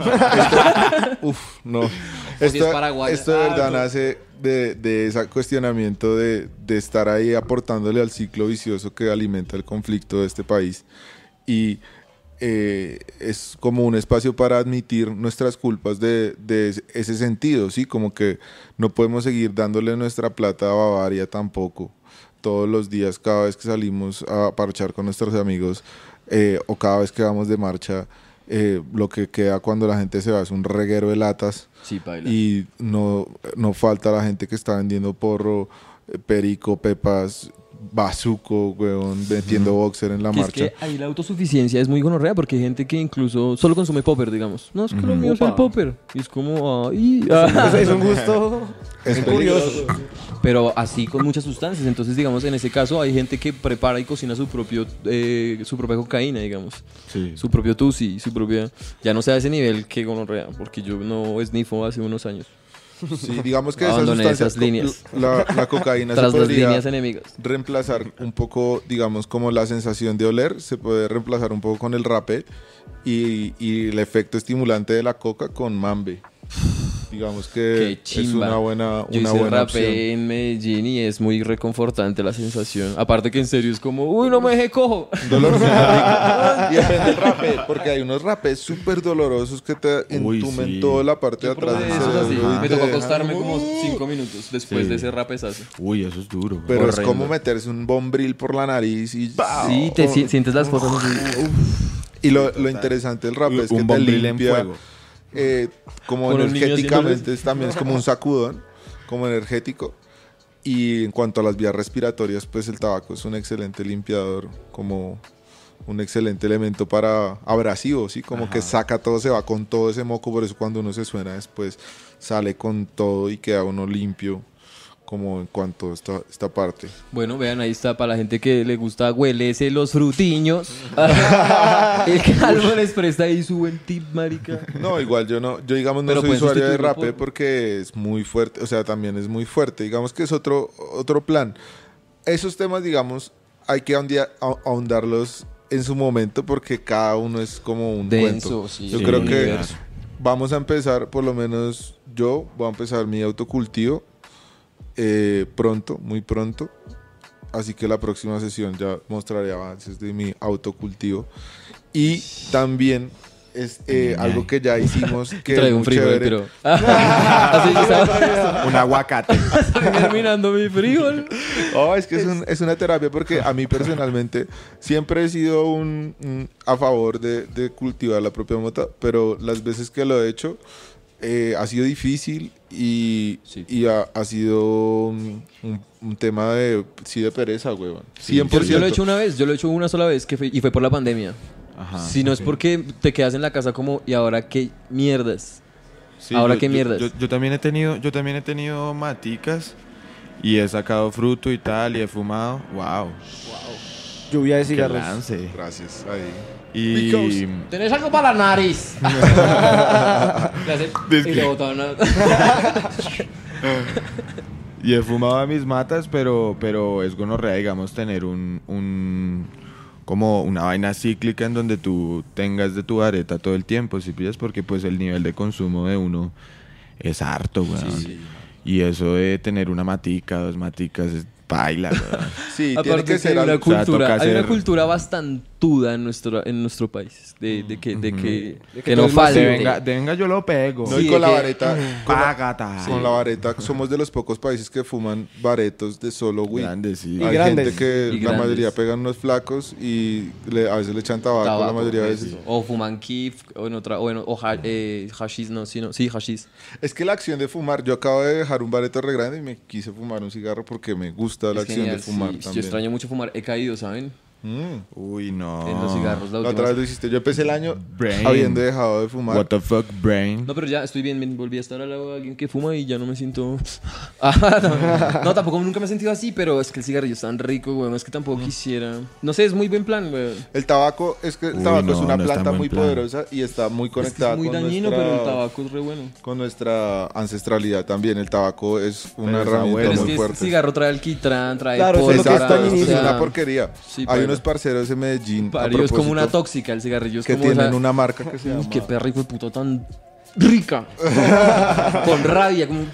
uf, no. si Esto, es paraguaya. esto de Ah, verdad no. nace de, de ese cuestionamiento de, de estar ahí aportándole al ciclo vicioso que alimenta el conflicto de este país. Y eh, es como un espacio para admitir nuestras culpas de, de ese- ese sentido, ¿sí? Como que no podemos seguir dándole nuestra plata a Bavaria tampoco. Todos los días, cada vez que salimos a parchar con nuestros amigos eh, o cada vez que vamos de marcha, eh, lo que queda cuando la gente se va es un reguero de latas Sí, paila. y no, no falta la gente que está vendiendo porro, eh, perico, pepas, bazuco, weón, vendiendo boxer en la Que es marcha. que ahí la autosuficiencia es muy gonorrea porque hay gente que incluso solo consume popper, digamos. No, es que lo mío es el Opa. popper. Y es como, ay, Es, ah. es un gusto Es curioso. Pero así con muchas sustancias. Entonces, digamos, en ese caso hay gente que prepara y cocina su propio eh, su propia cocaína, digamos. Sí. Su propio tusi, su propia... Ya no sé a ese nivel que gonorrea, porque yo no esnifo hace unos años. Sí, digamos que esa Abandoné sustancia, esas líneas. La, la cocaína se Tras las podría líneas enemigas. reemplazar un poco, digamos, como la sensación de oler, se puede reemplazar un poco con el rapé y, y el efecto estimulante de la coca con mambe. digamos Qué que es chimba. una buena, Yo una hice buena rapé opción. en Medellín y es muy reconfortante la sensación. Aparte que en serio es como, uy, no me dejé cojo. Dolor muy rico. Y depende del rapé, porque hay unos rapés súper dolorosos que te Uy, entumen sí. toda la parte de Yo probé atrás del esos así. cerebro y Me te tocó dejan- acostarme como cinco minutos después Sí. de ese rapezazo. Uy, eso es duro. güey. Pero es Horrendo. como meterse un bombril por la nariz y Sí, te si- sientes las cosas así. Y lo, lo interesante del rap es que Un te bombril en limpia, fuego. eh, como Con un niño energéticamente, es, también es como un sacudón, como energético. Y en cuanto a las vías respiratorias, pues el tabaco es un excelente limpiador, como un excelente elemento para abrasivo, ¿sí? Como que saca todo, se va con todo ese moco, por eso cuando uno se suena después sale con todo y queda uno limpio, como en cuanto a esta, esta parte. Bueno, vean, ahí está para la gente que le gusta huelese los frutiños. El calvo les presta ahí su buen tip, marica. No, igual yo no, yo digamos no Pero soy pueden usuario de sustituirlo rapé por- porque es muy fuerte, o sea, también es muy fuerte, digamos que es otro, otro plan. Esos temas, digamos, hay que ahondia- ah- ahondarlos en su momento porque cada uno es como un Denso, cuento. sí, Yo sí, creo un que universo. vamos a empezar, por lo menos yo voy a empezar mi autocultivo eh, pronto, muy pronto. Así que la próxima sesión ya mostraré avances de mi autocultivo. Y también es eh, algo que ya hicimos que Traigo es un muy frijol, chévere. pero... Así yo estaba Un aguacate. terminando mi frijol. Oh, es que es, un- es una terapia porque a mí personalmente siempre he sido un, un- a favor de, de cultivar la propia mota, pero las veces que lo he hecho eh, ha sido difícil y, Sí. y ha, ha sido un, un- un tema de, sí, de pereza, huevón. Yo, cien por ciento. yo lo he hecho una vez, yo lo he hecho una sola vez que fue- y fue por la pandemia. Ajá. Si no es porque te quedas en la casa como, ¿y ahora qué mierdas? Sí, Ahora yo- qué yo- mierdas. Yo, yo también he tenido, yo también he tenido maticas y he sacado fruto y tal y he fumado. Wow. Lluvia de Qué cigarros. lance. Gracias, ahí. Y ¿Tenés algo para la nariz? Le hace- y le botan una... Y he fumado a mis matas, pero, pero es gonorrea, digamos, tener un, un como una vaina cíclica en donde tú tengas de tu vareta todo el tiempo, ¿sí pillas? Porque pues el nivel de consumo de uno es harto, weón. Y eso de tener una matica, dos maticas, es baila, weón. Sí, tiene Aparte que que ser hay una algo. o sea, cultura, toca hay una hacer- cultura bastantuda en nuestro, en nuestro país, de, de que, de que, De que que no todo es más De falte. venga, de venga yo lo pego. No, Sí, y con de la que- vareta, con la, Págata. con la vareta somos de los pocos países que fuman baretos de solo weed. Grande, sí. Y Hay grandes. gente que Y la grandes. mayoría pegan unos flacos y le- a veces le echan tabaco, Tabaco, la mayoría de pues, veces. o fuman kif, o en otra, o, en, o ha- eh, hashish, no, sí, no, sí, hashish. Es que la acción de fumar, yo acabo de dejar un bareto re grande y me quise fumar un cigarro porque me gusta la Es acción genial, de fumar sí. Yo también. extraño mucho fumar, he caído, ¿saben? Mm. Uy, no. En los cigarros, la La última otra vez vez. lo hiciste. Yo empecé el año Brain. habiendo dejado de fumar. What the fuck, brain. No, pero ya estoy bien, me volví a estar al lado de alguien que fuma y ya no me siento... Ah, no, no, tampoco nunca me he sentido así, pero es que el cigarrillo es tan rico, güey, es que tampoco quisiera... No sé, es muy buen plan, güey. El tabaco, es que el Uy, tabaco no, es una no es tan planta buen muy plan. poderosa y está muy Es que conectada es muy con, dañino, nuestra, pero el tabaco es re bueno. con nuestra ancestralidad también. El tabaco es una Pero es herramienta abuelo. Pero es muy que fuerte. este cigarro trae alquitrán, trae Claro, eso es lo que pólvora, es tan Exacto, o es sea, una porquería. sí, Hay paila. unos parceros en Medellín. a Parió, es como una propósito, tóxica el cigarrillo. Es que como tienen esa- una marca que se Uy, llama. qué perra hijo de puta tan rica. Con rabia, como...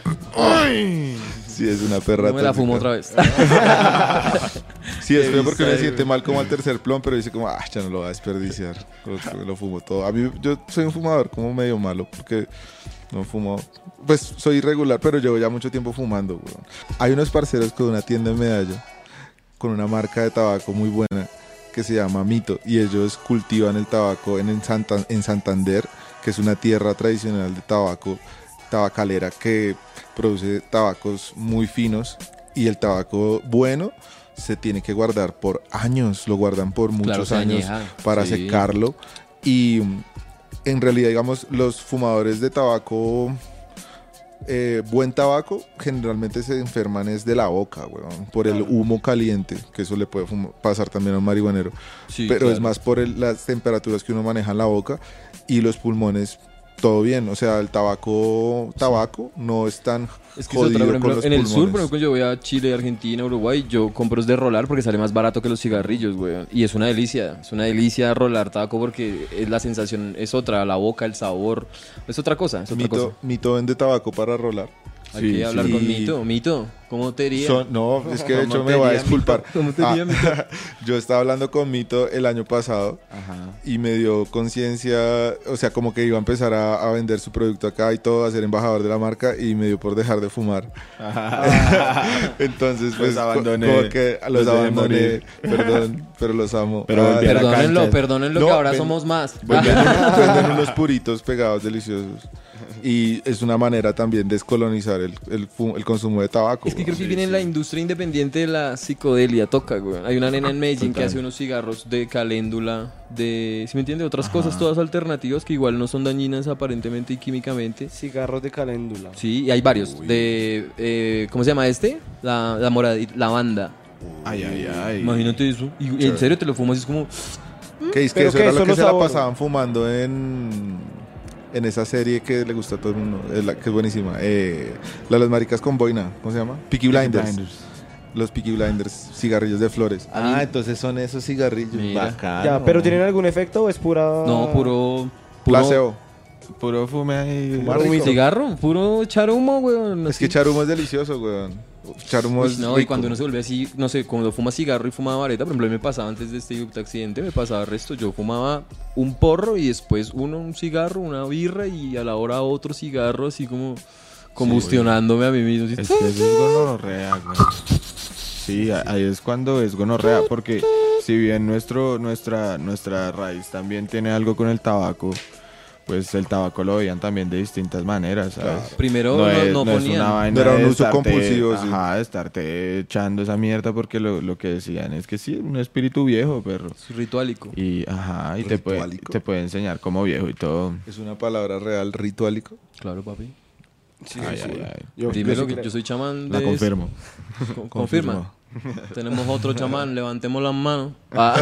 Sí, es una perra. No me la fumo tóxica. otra vez. Sí, es feo porque Qué me bizarro. siente mal como al tercer plon, pero dice como, ah, ya no lo voy a desperdiciar. Lo, lo fumo todo. A mí, yo soy un fumador como medio malo porque no fumo. Pues soy irregular, pero llevo ya mucho tiempo fumando, weón. Hay unos parceros con una tienda en Medallo, con una marca de tabaco muy buena que se llama Mito, y ellos cultivan el tabaco en, en, Santa- en Santander, que es una tierra tradicional de tabaco, tabacalera, que produce tabacos muy finos, y el tabaco bueno se tiene que guardar por años, lo guardan por muchos Claro, se años añeja, para sí. secarlo, y mm, en realidad, digamos, los fumadores de tabaco, eh, buen tabaco, generalmente se enferman es de la boca, weón, por el humo caliente, que eso le puede fuma- pasar también a un marihuanero, Sí, pero es claro. más por el- las temperaturas que uno maneja en la boca, y los pulmones todo bien. O sea, el tabaco, tabaco no es tan Es que es jodido otra, por con ejemplo, los en el sur, pulmones. por ejemplo, yo voy a Chile, Argentina, Uruguay, yo compro es de rolar porque sale más barato que los cigarrillos, güey. Y es una delicia, es una delicia rolar tabaco porque es, la sensación es otra, la boca, el sabor, es otra cosa, es otra Mito, cosa. Mito vende tabaco para rolar. Hay Sí, que hablar sí. con Mito. Mito, ¿cómo te iría? Son- no, es que de ¿Cómo hecho te me voy a iría, disculpar. ¿Cómo te Ah, iría, Mito? yo estaba hablando con Mito el año pasado Ajá. y me dio conciencia, o sea, como que iba a empezar a, a vender su producto acá y todo, a ser embajador de la marca y me dio por dejar de fumar. Entonces, pues, Los abandoné. co- como que los Los dejé abandoné, morir. perdón, pero los amo. Pero Ah, volví a la Perdónenlo, cancha. perdónenlo No, que ahora ven- somos más. Venden, venden unos puritos pegados deliciosos. Y es una manera también de descolonizar el, el, fu- el consumo de tabaco. Es que creo güey. que viene en la industria independiente de la psicodelia, toca, güey. Hay una nena en Medellín que Total. hace unos cigarros de caléndula, de, ¿sí me entiende? Otras cosas todas alternativas que igual no son dañinas aparentemente y químicamente. Cigarros de caléndula. Sí, y hay varios. De, eh, ¿cómo se llama este? La, la moradita, lavanda. Ay, ay, ay. Imagínate eso. Y en serio te lo fumas y es como... Que es que ¿Pero eso qué? era lo que ¿Solo se la sabor? pasaban fumando en, en esa serie que le gusta a todo el mundo, eh, la- que es buenísima. Eh, la de las maricas con boina, ¿cómo se llama? Peaky Blinders. Los Peaky Blinders, cigarrillos de flores. Ah, entonces son esos cigarrillos. Mira. Bacano. Ya, pero ¿tienen algún efecto o es pura...? No, puro... puro Placebo. Puro fume ahí. Fumar rico. cigarro, puro echar humo, güey. Es que echar humo es delicioso, weón. Echar humo Uy, es no, y rico. cuando uno se vuelve así, no sé, cuando fuma cigarro y fumaba vareta, por ejemplo, a mí me pasaba antes de este accidente, me pasaba el resto, yo fumaba un porro y después uno un cigarro, una birra y a la hora otro cigarro, así como combustionándome a mí mismo. así. Es que eso es gonorrea, güey. Sí, a- ahí es cuando es gonorrea, porque si bien nuestro, nuestra, nuestra raíz también tiene algo con el tabaco, pues el tabaco lo veían también de distintas maneras, ¿sabes? Primero no, es, no es ponían. una vaina No era un de uso estarte- compulsivo, sí. Ajá, de estarte echando esa mierda porque lo, lo que decían es que sí, un espíritu viejo, perro. Es ritualico. Y, ajá, y te puede, Ritualico. te puede enseñar como viejo y todo. Es una palabra real, ritualico. Claro, papi. ay, ay, ay. Yo- Primero yo sí que creo. yo soy chamán de... La confirmo. Con- confirma. Tenemos otro chamán, levantemos las manos.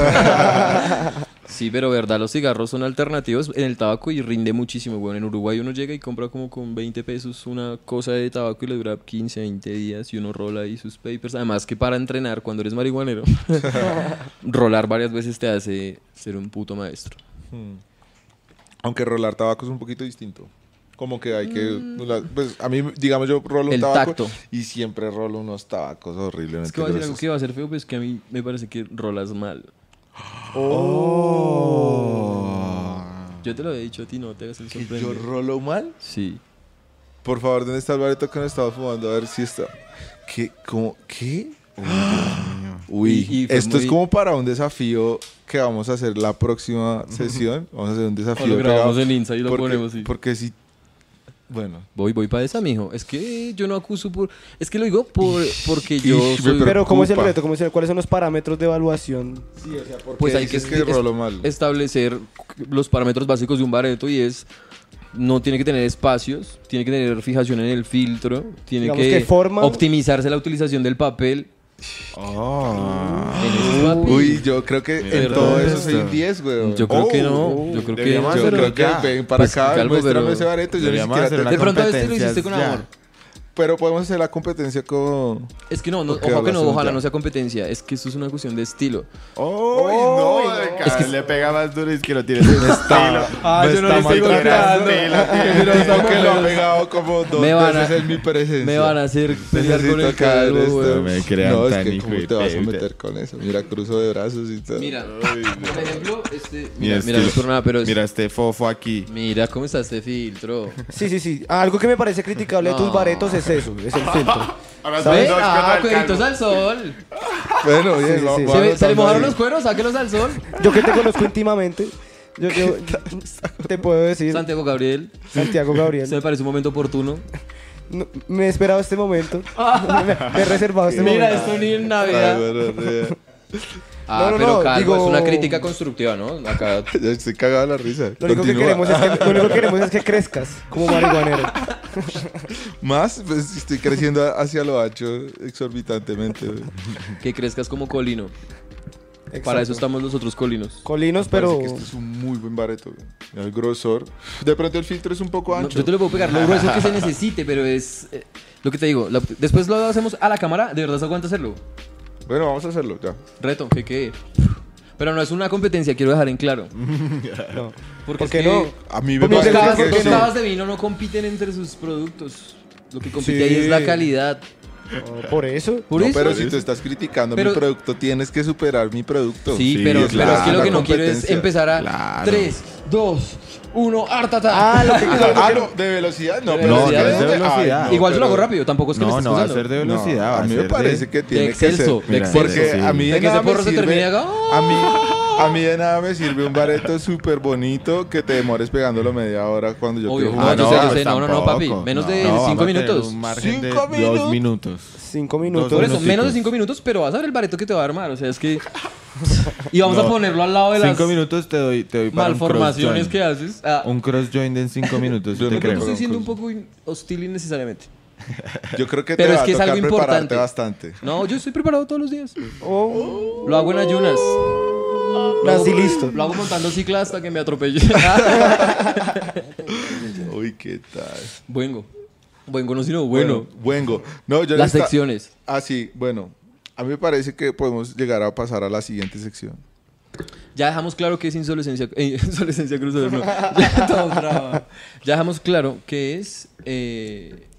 Ah. Sí, pero verdad, los cigarros son alternativos en el tabaco y rinde muchísimo, weón. En Uruguay uno llega y compra como con veinte pesos una cosa de tabaco y le dura quince, veinte días y uno rola ahí sus papers. Además que para entrenar, cuando eres marihuanero, rolar varias veces te hace ser un puto maestro. Aunque rolar tabaco es un poquito distinto. Como que hay que... la- pues a mí, digamos, yo rolo un El tabaco tacto. y siempre rolo unos tabacos horriblemente Es que va a decir algo gruesos. que va a ser feo, pues que a mí me parece que rolas mal. Oh. Yo te lo he dicho a ti, no te hagas el ¿Que sorprender. yo rolo mal? Sí. Por favor, ¿dónde está el bareto que no estaba fumando? A ver si está... ¿Qué? ¿Cómo? ¿Qué? Uy, Y- y fue esto es muy- como para un desafío que vamos a hacer la próxima sesión. Vamos a hacer un desafío. O lo grabamos pegado, en Insta y lo porque, ponemos, sí. Porque si... Bueno. Voy, voy para esa, mijo. Es que yo no acuso por... Es que lo digo por, porque yo Ish, soy... me Pero ¿cómo es el preocupa. reto? ¿Cómo es el- ¿Cuáles son los parámetros de evaluación? Pues hay que, es que rolo mal. establecer los parámetros básicos de un bareto y es... No tiene que tener espacios, tiene que tener fijación en el filtro, tiene Digamos que, que forma- optimizarse la utilización del papel. Oh. En ese papi. Uy, yo creo que Mira, en todo esto. eso soy un diez, güey. Yo creo que no, Oh, yo creo que deberíamos no, Yo pero- creo que ya. ven para Pues, acá, calvo, muéstrame pero- ese bareto. Yo ni Deberíamos siquiera hacer te- una De pronto a este lo competencias hiciste con ya. amor. Pero podemos hacer la competencia con... Es que no, no Ok, ojalá que no, hablas ojalá ya. no sea competencia, es que eso es una cuestión de estilo. Oh, no, Es que- le pega más duro y es que lo tienes en estilo. Ah, Me yo no está le estoy maltratando. golpeando. Digo que lo ha pegado como dos Me van a- veces en mi presencia. Me van a hacer pelear con Necesito el que ver calvo, esto. güey. No me crean No, es tan que hijo ¿cómo de te vas a puta. meter con eso? Mira, cruzo de brazos y todo. Mira, por ejemplo, este... Mira, Mira, mira, no es por nada, pero... es- Mira este fofo aquí. Mira cómo está este filtro. Sí, sí, sí. Ah, algo que me parece criticable de tus No. baretos es eso, es el filtro. Ahora ¿Sabes? ¿Ves? Ah, cueritos al sol. Bueno, bien, Sí, va- sí. va ¿Se, ve- se le anotando mojaron ahí. los cueros? Sáquelos al sol. Yo que te conozco íntimamente, yo, yo te puedo decir, Santiago Gabriel, Santiago se me Gabriel, parece un momento oportuno. no, me he esperado este momento, me, me he reservado este Mira, momento. esto ni en Ay, Navidad. bueno, re- Ah, No, no, pero no, calvo, digo- es una crítica constructiva, ¿no? Acá. Ya estoy cagado de la risa. Lo único, que Continúa. queremos es que, lo único que queremos es que crezcas como marihuanero. Más, pues estoy creciendo hacia lo ancho exorbitantemente. güey. Que crezcas como colino. Exacto. Para eso estamos nosotros colinos. Colinos, Parece pero... que este es un muy buen bareto, güey. El grosor. De pronto el filtro es un poco No, ancho. yo te lo puedo pegar lo grueso que se necesite, pero es eh, lo que te digo. la- después lo hacemos a la cámara, de verdad se aguanta hacerlo. Bueno, vamos a hacerlo ya. Reto, que quede. Pero no es una competencia, quiero dejar en claro. No. Porque ¿Por qué es que no? A mí me Pues parece mira, Los que cavas, los sí. cavas de vino no compiten entre sus productos. Lo que compite Sí. ahí es la calidad. No, por eso. Por No, eso. pero si tú estás criticando Pero- mi producto, tienes que superar mi producto. Sí, Sí, pero, es pero es que la- lo que la no quiero es competencia. empezar a Claro. tres, dos, uno, hartata. Ah, lo que... Ah, no, de velocidad no. De pero No, no velocidad, es de ay, velocidad. no, Igual yo lo hago pero- rápido, tampoco es que No, me estés no va a usando. ser de No, velocidad. va a mí me ser parece de... que tiene excelso, que ser. de Mira, excelso. Porque sí. a mí De de que ese nada me porro se sirve. termine y haga, A mí, a mí de nada me sirve un bareto súper bonito que te demores pegándolo media hora cuando yo Obvio, te no, Ah, yo sé, yo pues sé, no, no, no, papi, tampoco. menos de No, cinco vamos a tener minutos. un margen de ¿Cinco minutos? dos minutos. Cinco minutos. Por eso, minuticos. menos de cinco minutos, pero vas a ver el bareto que te va a armar. O sea, es que. Y vamos a No, ponerlo al lado de las Cinco minutos te doy, te doy para un malformaciones cross-joint. que haces. Ah, Un cross joint en cinco minutos, Yo yo te no creo que creo. estoy siendo un poco in- hostil innecesariamente. Yo creo que Pero te es va que a es tocar algo prepararte importante. bastante. No, yo estoy preparado todos los días. Oh, Lo hago en ayunas. Lo hago, así listo. Lo hago montando cicla hasta que me atropelle. Uy, ¿qué tal? Buengo. Buengo no, sino bueno. Buengo. No, yo Las esta- secciones. Ah, sí, bueno. A mí me parece que podemos llegar a pasar a la siguiente sección. Ya dejamos claro que es insolescencia. Eh, insolescencia cruzada, no. Ya, todo bravo. Ya dejamos claro que es. Eh,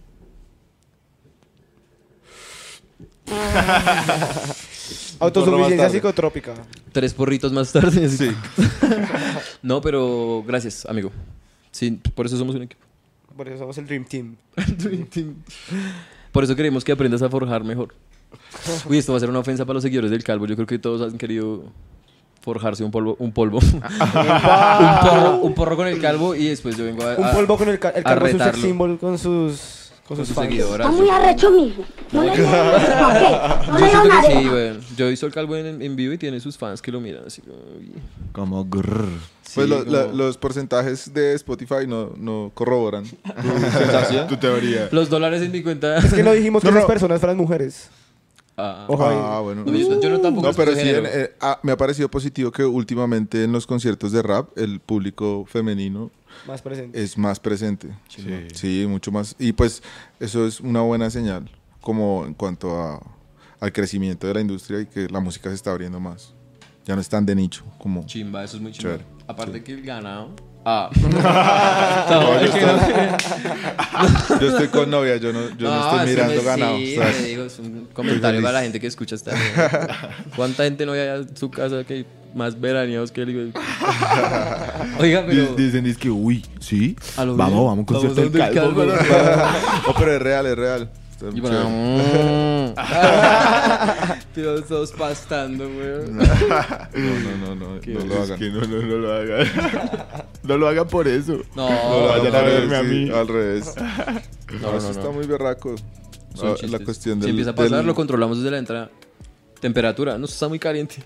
autosuficiencia tarde. psicotrópica. tres porritos más tarde. Sí. No, pero gracias, amigo. Sí, por eso somos un equipo. Por eso somos el Dream Team. Dream Team. Por eso queremos que aprendas a forjar mejor. Uy, esto va a ser una ofensa para los seguidores del Calvo. Yo creo que todos han querido forjarse un polvo, un polvo, un, porro, un porro con el Calvo y después yo vengo a, Un a- polvo con el, ca- el a calvo es un sex retarlo. symbol con sus, con con sus sus fans. seguidoras. Está muy arrecho, mijo. No le digo nada. No Yo le digo siento que sí, nada. bueno. Yo he visto al Calvo en, en vivo y tiene sus fans que lo miran así como... uy. Como grrr. Pues Sí, lo- la- como- los porcentajes de Spotify no, no corroboran tu sensación, tu teoría. Los dólares en mi cuenta... Es que no dijimos que No, esas no. personas fueran mujeres. Ah. Ojo ahí. Ah, bueno. No, yo, yo no tampoco No, pero escojo sí, género. en- eh, ah, me ha parecido positivo que últimamente en los conciertos de rap el público femenino Más presente. es más presente. Sí. Sí, mucho más. Y pues eso es una buena señal, como en cuanto a, al crecimiento de la industria y que la música se está abriendo más. Ya no es tan de nicho como... Chimba, eso es muy chimba. Chévere. Aparte que el ganado... Ah. No, No, yo, es que estoy, no- yo estoy con novia, yo no, yo no, estoy eso mirando es- ganado. Sí, o sea, te digo, es un comentario feliz. para la gente que escucha esta mierda. ¿Cuánta gente no hay allá en su casa que hay más veraneados que él? güey? Oiga, pero... Di- Dicen, es que, uy, ¿sí? a lo Vamos, bien. vamos, un concierto del donde el Calvo. Calvo, no, pero es real, es real. Está Y chévere. bueno, pero todos pastando, güey. No, no, no, no, no lo Es hagan. que no, no, no lo hagan. No lo hagan por eso. No, No lo no, hagan vayan a al verme revés, a mí. sí, al revés. no, No, no, eso no. está muy berraco. Son Ah, chistes. la cuestión del... Si empieza a pasar, del- lo controlamos desde la entrada. Temperatura, no, está muy caliente.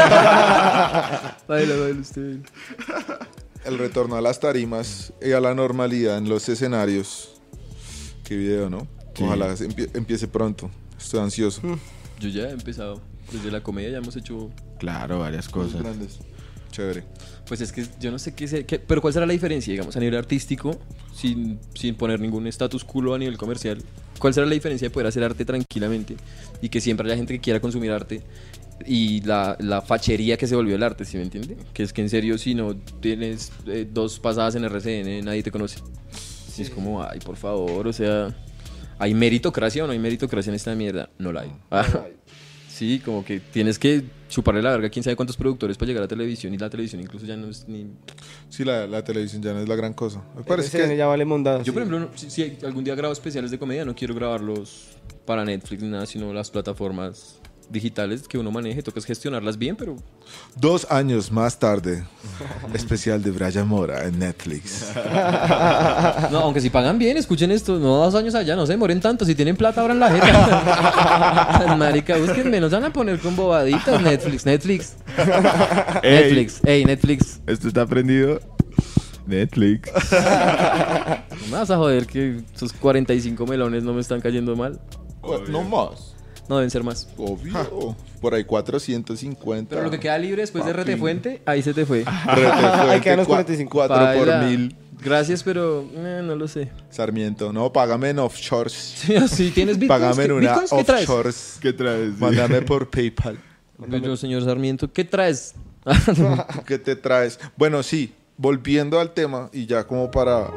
Baila, baila usted. el retorno a las tarimas y a la normalidad en los escenarios. Qué video, ¿no? Sí. Ojalá se empie- empiece pronto. Estoy ansioso. Yo ya he empezado. Desde la comedia ya hemos hecho... Claro, varias Cosas cosas. grandes. Chévere. Pues es que yo no sé qué, se- qué- pero cuál será la diferencia, digamos, a nivel artístico, sin, sin poner ningún status culo a nivel comercial. ¿Cuál será la diferencia de poder hacer arte tranquilamente y que siempre haya gente que quiera consumir arte y la, la fachería que se volvió el arte, ¿sí me entiende? Que es que en serio, si no tienes eh, dos pasadas en R C N, nadie te conoce. Sí. Es como, ay, por favor, o sea, ¿hay meritocracia o no hay meritocracia en esta mierda? No la hay. Ah, sí, como que tienes que chuparle la verga a quién sabe cuántos productores para llegar a televisión y la televisión incluso ya no es ni... Sí, la, la televisión ya no es la gran cosa. Me parece Ese que... ya vale mondada. Yo, por ejemplo, no- si, si algún día grabo especiales de comedia, no quiero grabarlos para Netflix ni nada, sino las plataformas digitales que uno maneje. Toca es gestionarlas bien, pero... Dos años más tarde, especial de Brian Mora en Netflix. No, aunque si pagan bien, escuchen esto. No dos años allá, no se demoren tanto. Si tienen plata, abran la jeta. Marica, búsquenme, nos van a poner con bobaditas. Netflix, Netflix. Ey, Netflix, ey, Netflix. Esto está prendido. Netflix. No me vas a joder que esos cuarenta y cinco melones no me están cayendo mal. No más. No, deben ser más. Obvio. Por ahí cuatrocientos cincuenta. Pero lo que queda libre después de Papi. Retefuente, ahí se te fue. Ahí quedan los cuarenta y cinco. cuatro por Paila. mil. Gracias, pero eh, no lo sé. Sarmiento, no, págame en offshores. Sí, así tienes bitcoins. Págame en ¿Qué, una bitcoins? ¿Qué traes? offshores. ¿Qué traes? Mándame por PayPal. Pero, señor Sarmiento, ¿qué traes? ¿Qué te traes? Bueno, sí, volviendo al tema y ya como para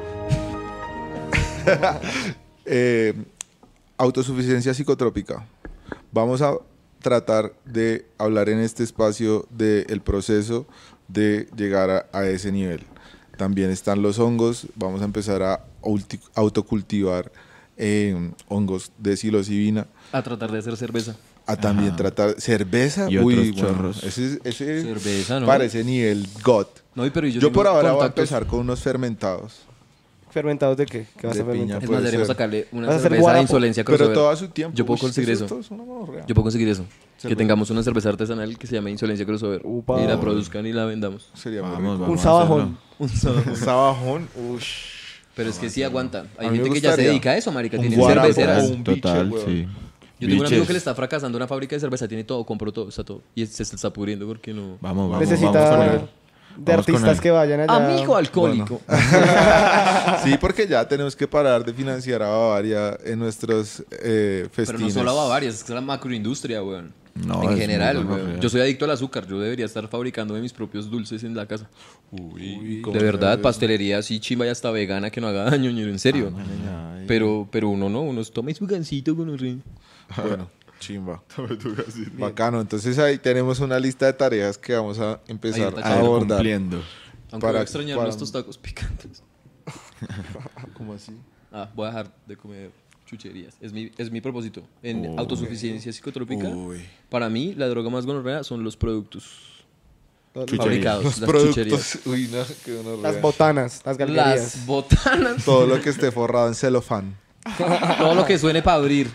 eh, autosuficiencia psicotrópica. Vamos a tratar de hablar en este espacio del proceso de llegar a, a ese nivel. También están los hongos. Vamos a empezar a ulti- autocultivar eh, hongos de psilocibina. A tratar de hacer cerveza. A también tratar cerveza. Y Uy, otros bueno, chorros. ese, ese Cerveza, ¿no? parece nivel God. No, y pero yo, Yo tengo por ahora voy a contactos. empezar con unos fermentados. ¿Fermentados de qué? ¿Qué vas De a fermentar? piña. Es puede más, deberíamos ser. sacarle una ¿Vas a hacer cerveza de guarapo? insolencia Pero crossover. todo a su tiempo. Yo puedo Uy, conseguir eso. esto es una gonorrea. Yo puedo conseguir eso. Que Cerveza. tengamos una cerveza artesanal que se llame Insolencia Crossover. Upa. Y la produzcan y la vendamos. Sería muy Vamos, rico. vamos. Un a sabajón. hacerlo. Un sabajón. Ush. Pero es que sí aguanta. Hay A mí me gente que ya se gustaría dedica a eso, marica. un Tienen guarapo cerveceras. o un biche, Total, weón. sí. Yo tengo un amigo Biches. que le está fracasando una fábrica de cerveza. Tiene todo, compró todo, está todo. Y se se está pudriendo porque no... Vamos, vamos, Necesita vamos con él. de Vamos con artistas él. que vayan allá. Amigo alcohólico. Sí, porque ya tenemos que parar de financiar a Bavaria en nuestros eh, Pero festines. no solo a Bavaria, es la macroindustria, weón. No, en es general, muy weón. gonorrea. Yo soy adicto al azúcar. Yo debería estar fabricando mis propios dulces en la casa. Uy, De verdad, pastelería así chimba y hasta vegana que no haga daño, ñero, en serio. Ay, Pero, pero uno no, uno toma su gancito con un ring. Bueno, chimba. Bacano. Entonces ahí tenemos una lista de tareas que vamos a empezar Ahí a está a ir abordar. cumpliendo. Aunque Para- voy a extrañar para- estos tacos picantes. ¿Cómo así? Ah, voy a dejar de comer chucherías. Es mi, es mi propósito. En Uy. autosuficiencia psicotrópica, Uy. para mí, la droga más gonorrea son los productos Chucherías. fabricados, Los las chucherías. productos. Uy, no, qué gonorrea. Las botanas, las galguerías. Las botanas. Todo lo que esté forrado en celofán. Todo lo que suene para abrir.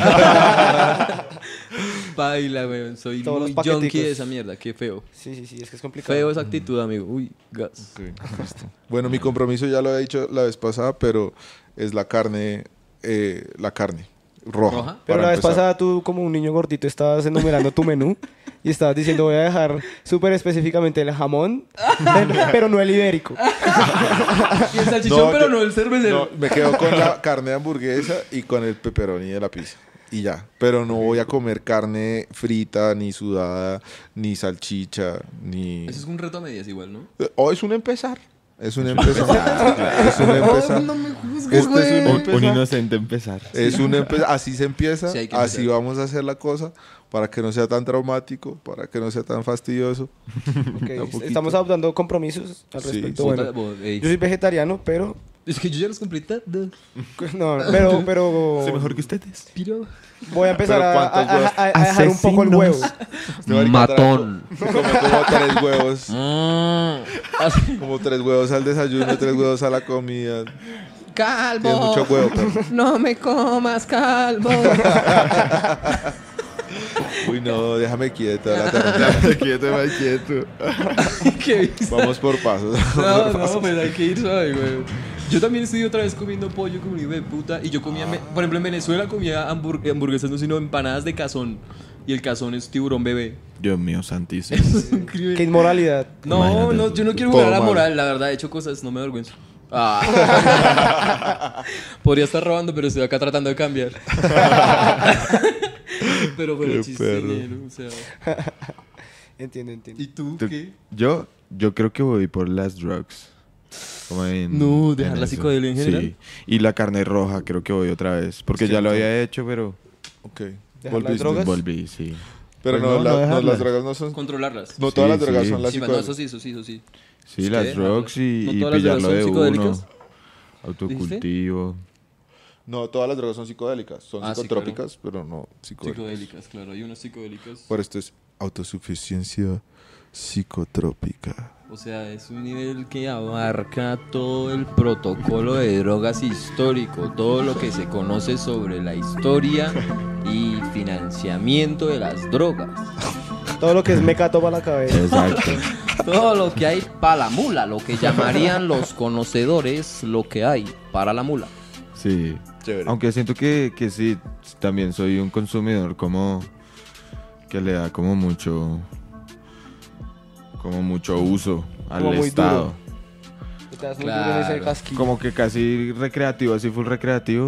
Baila, weón. Soy Todos muy los paqueticos. junkie de esa mierda. Qué feo. Sí, sí, sí, es que es complicado. Feo esa actitud, amigo. Uy, gas. Bueno, mi compromiso ya lo había dicho la vez pasada, pero es la carne, eh, la carne roja. ¿Roja? Pero para la vez empezar. pasada tú, como un niño gordito, estabas enumerando tu menú y estabas diciendo voy a dejar súper específicamente el jamón, pero no el ibérico. Y el salchichón, No, pero yo- no el cervecero. No, me quedo con la carne de hamburguesa y con el pepperoni de la pizza. Y ya. Pero no voy a comer carne frita, ni sudada, ni salchicha, ni... Eso es un reto a medias igual, ¿no? O es un empezar. Es un empezar. Es un empezar. No me juzgues, Este es güey. un Un, empezar. un inocente empezar. Es un empe- así se empieza, Sí, hay que así empezar. vamos a hacer la cosa para que no sea tan traumático, para que no sea tan fastidioso. Ok, Un poquito. estamos adoptando compromisos al Sí, respecto. sí. Bueno, Bo- ey. yo soy vegetariano, pero Es que yo ya los compré todos. no, pero, pero Soy mejor que ustedes. Piro. voy a empezar Pero a, ¿cuántos a- a- huevos? a- a dejar un poco el huevo. Este marica Matón. trae- Come como tres huevos, Mm. Así. como tres huevos al desayuno, tres huevos a la comida. Calvo. Tiene mucho huevo, pero... No me comas, calvo. Uy, no, déjame quieta la ternura. Quieto, más quieto. ¿Qué viste? Vamos por pasos. No, no, pues hay que ir suave, güey. Yo también estoy otra vez comiendo pollo como un hijo de puta. Y yo comía, me- por ejemplo, en Venezuela comía hamburg- hamburguesas, no sino empanadas de cazón. Y el cazón es tiburón bebé. Dios mío, santísimo. Es un crimen. Qué inmoralidad. No, Imagínate. no, yo no quiero Todo jugar a la mal. moral. La verdad, he hecho cosas, no me avergüenzo. Ah. Podría estar robando, pero estoy acá tratando de cambiar. pero, pero, Qué chiste, perro. ñero, o sea. Entiendo, entiendo. ¿Y tú Tú- qué? Yo, yo creo que voy por las drugs. Como en- No, dejar en la eso. psicodelia en general. Sí. Y la carne roja, creo que voy otra vez. Porque Sí, ya lo entonces- había hecho, pero Ok. ¿Dejar las Volviste. drogas? volví, sí. Pero Pues no, no, la- no no, dejarlas. las drogas no son... Controlarlas. No todas Sí, las drogas sí. son las Sí, no, eso psicodélicas. sí, eso sí, eso sí. Sí, Es las que drugs y, no y todas las drogas pillarlo son de psicodélicas. uno. Autocultivo. No, todas las drogas son psicodélicas. Son Ah, sí, psicotrópicas, pero no psicodélicas. Psicodélicas, claro. Hay unas psicodélicas. Por esto es autosuficiencia psicotrópica. O sea, es un nivel que abarca todo el protocolo de drogas histórico, todo lo que se conoce sobre la historia y financiamiento de las drogas. Todo lo que es mecato para la cabeza. Exacto. Todo lo que hay para la mula, lo que llamarían los conocedores lo que hay para la mula. Sí. Chévere. Aunque siento que, que sí, también soy un consumidor como que le da como mucho como mucho uso al Como muy Estado. duro. Te das muy duro en ese Claro. casquillo. Como que casi recreativo, así full recreativo.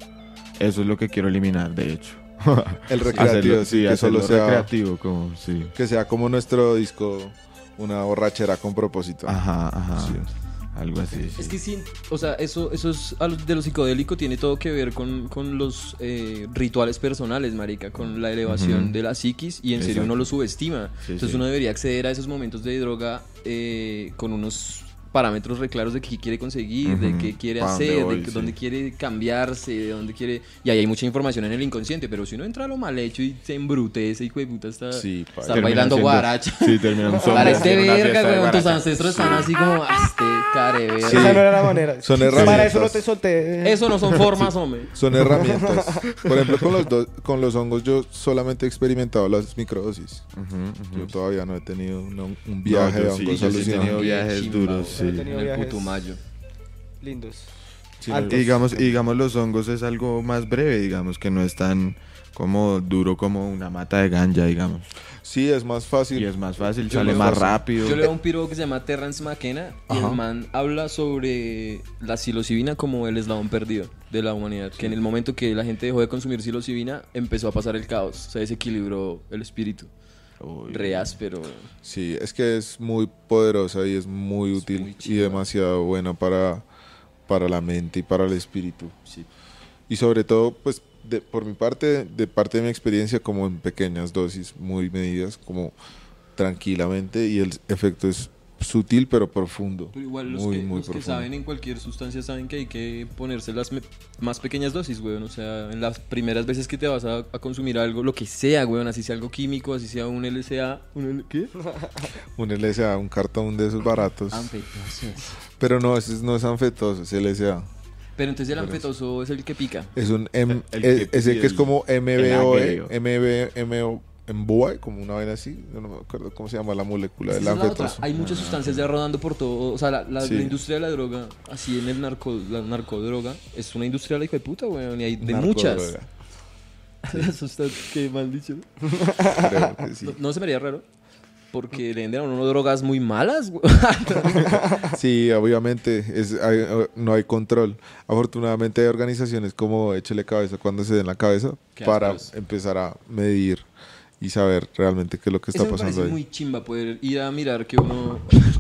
Eso es lo que quiero eliminar, de hecho. El recreativo, Hacerlo- sí, que hacerlo solo sea, recreativo, como, sí. que sea como nuestro disco, una borrachera con propósito. Ajá, ajá. Sí. Algo así. Es sí. que sí, o sea, eso, eso es a lo- de lo psicodélico tiene todo que ver con, con los eh, rituales personales, marica, con la elevación Ujú. de la psiquis y en serio Exacto. uno lo subestima. Sí, Entonces sí. uno debería acceder a esos momentos de droga eh, con unos parámetros re claros de qué quiere conseguir, de Ujú. qué quiere Pa' dónde hacer, voy, de que- sí. dónde quiere cambiarse, de dónde quiere... Y ahí hay mucha información en el inconsciente, pero si uno entra a lo mal hecho y se embrutece y hijo de puta está, Sí, pa- está Termina bailando siendo- guaracha. Sí, termina un zombie Parece haciendo una verga, fiesta de weón. Tus guaracha. ancestros están así como, ah, este care verga". Esa no era la manera. Son Para herramientas. eso no te solté. Eso no son formas, hombre. Son herramientas. Por ejemplo, con los, do- con los hongos yo solamente he experimentado las microdosis. Ujú, ujú. Yo todavía no he tenido una- un viaje No, yo de sí, hongos yo sí he tenido alucinantes. viajes Chimba, duros, weón. sí. Yo he tenido En el viajes Putumayo. lindos. Sí, Altos. Y digamos, y digamos, los hongos es algo más breve, digamos, que no es tan como duro como una mata de ganja, digamos. Sí, es más fácil. Y es más fácil, Yo sale lo- más rápido. Yo le veo a un piro que se llama Terrence McKenna y Ajá. el man habla sobre la psilocibina como el eslabón perdido de la humanidad. Que en el momento que la gente dejó de consumir psilocibina, empezó a pasar el caos. Se desequilibró el espíritu. Uy. Re áspero. Sí, es que es muy poderosa y es muy útil muy y chimba. demasiado buena para, para la mente y para el espíritu. Sí. Y sobre todo, pues, de, por mi parte, de parte de mi experiencia, como en pequeñas dosis, muy medidas, como tranquilamente, y el efecto es sutil pero profundo. Pero igual los, muy, que, muy los que profundo. saben en cualquier sustancia saben que hay que ponerse las me- más pequeñas dosis, weón. O sea, en las primeras veces que te vas a, a consumir algo, lo que sea, weón, así sea algo químico, así sea un L S A, un L- ¿qué? Un L S A, un cartón de esos baratos. Anfetosos. Pero no, ese no es anfetoso, es L S A. Pero entonces el anfetoso es el que pica. Es un M, El es- que- ese sí, que es el- como M B O E, agueo. M B M O en boa, como una vaina así. Yo no me acuerdo cómo se llama la molécula Esa del es la otra. anfetoso. Hay muchas sustancias ya rodando por todo. O sea, la, la- Sí. la industria de la droga, así en el narco, la narcodroga, es una industria de la hijo de puta, weón. Y hay de Narcodroga. muchas. La sustancia, qué mal dicho. Creo que sí. No, no se me haría raro. Porque le venden a uno drogas muy malas, weón. Sí, obviamente es, hay- no hay control. Afortunadamente hay organizaciones como Échele Cabeza cuando se den la cabeza Qué para asqueroso. empezar a medir y saber realmente qué es lo que está Eso me pasando parece ahí. muy chimba poder ir a mirar que uno...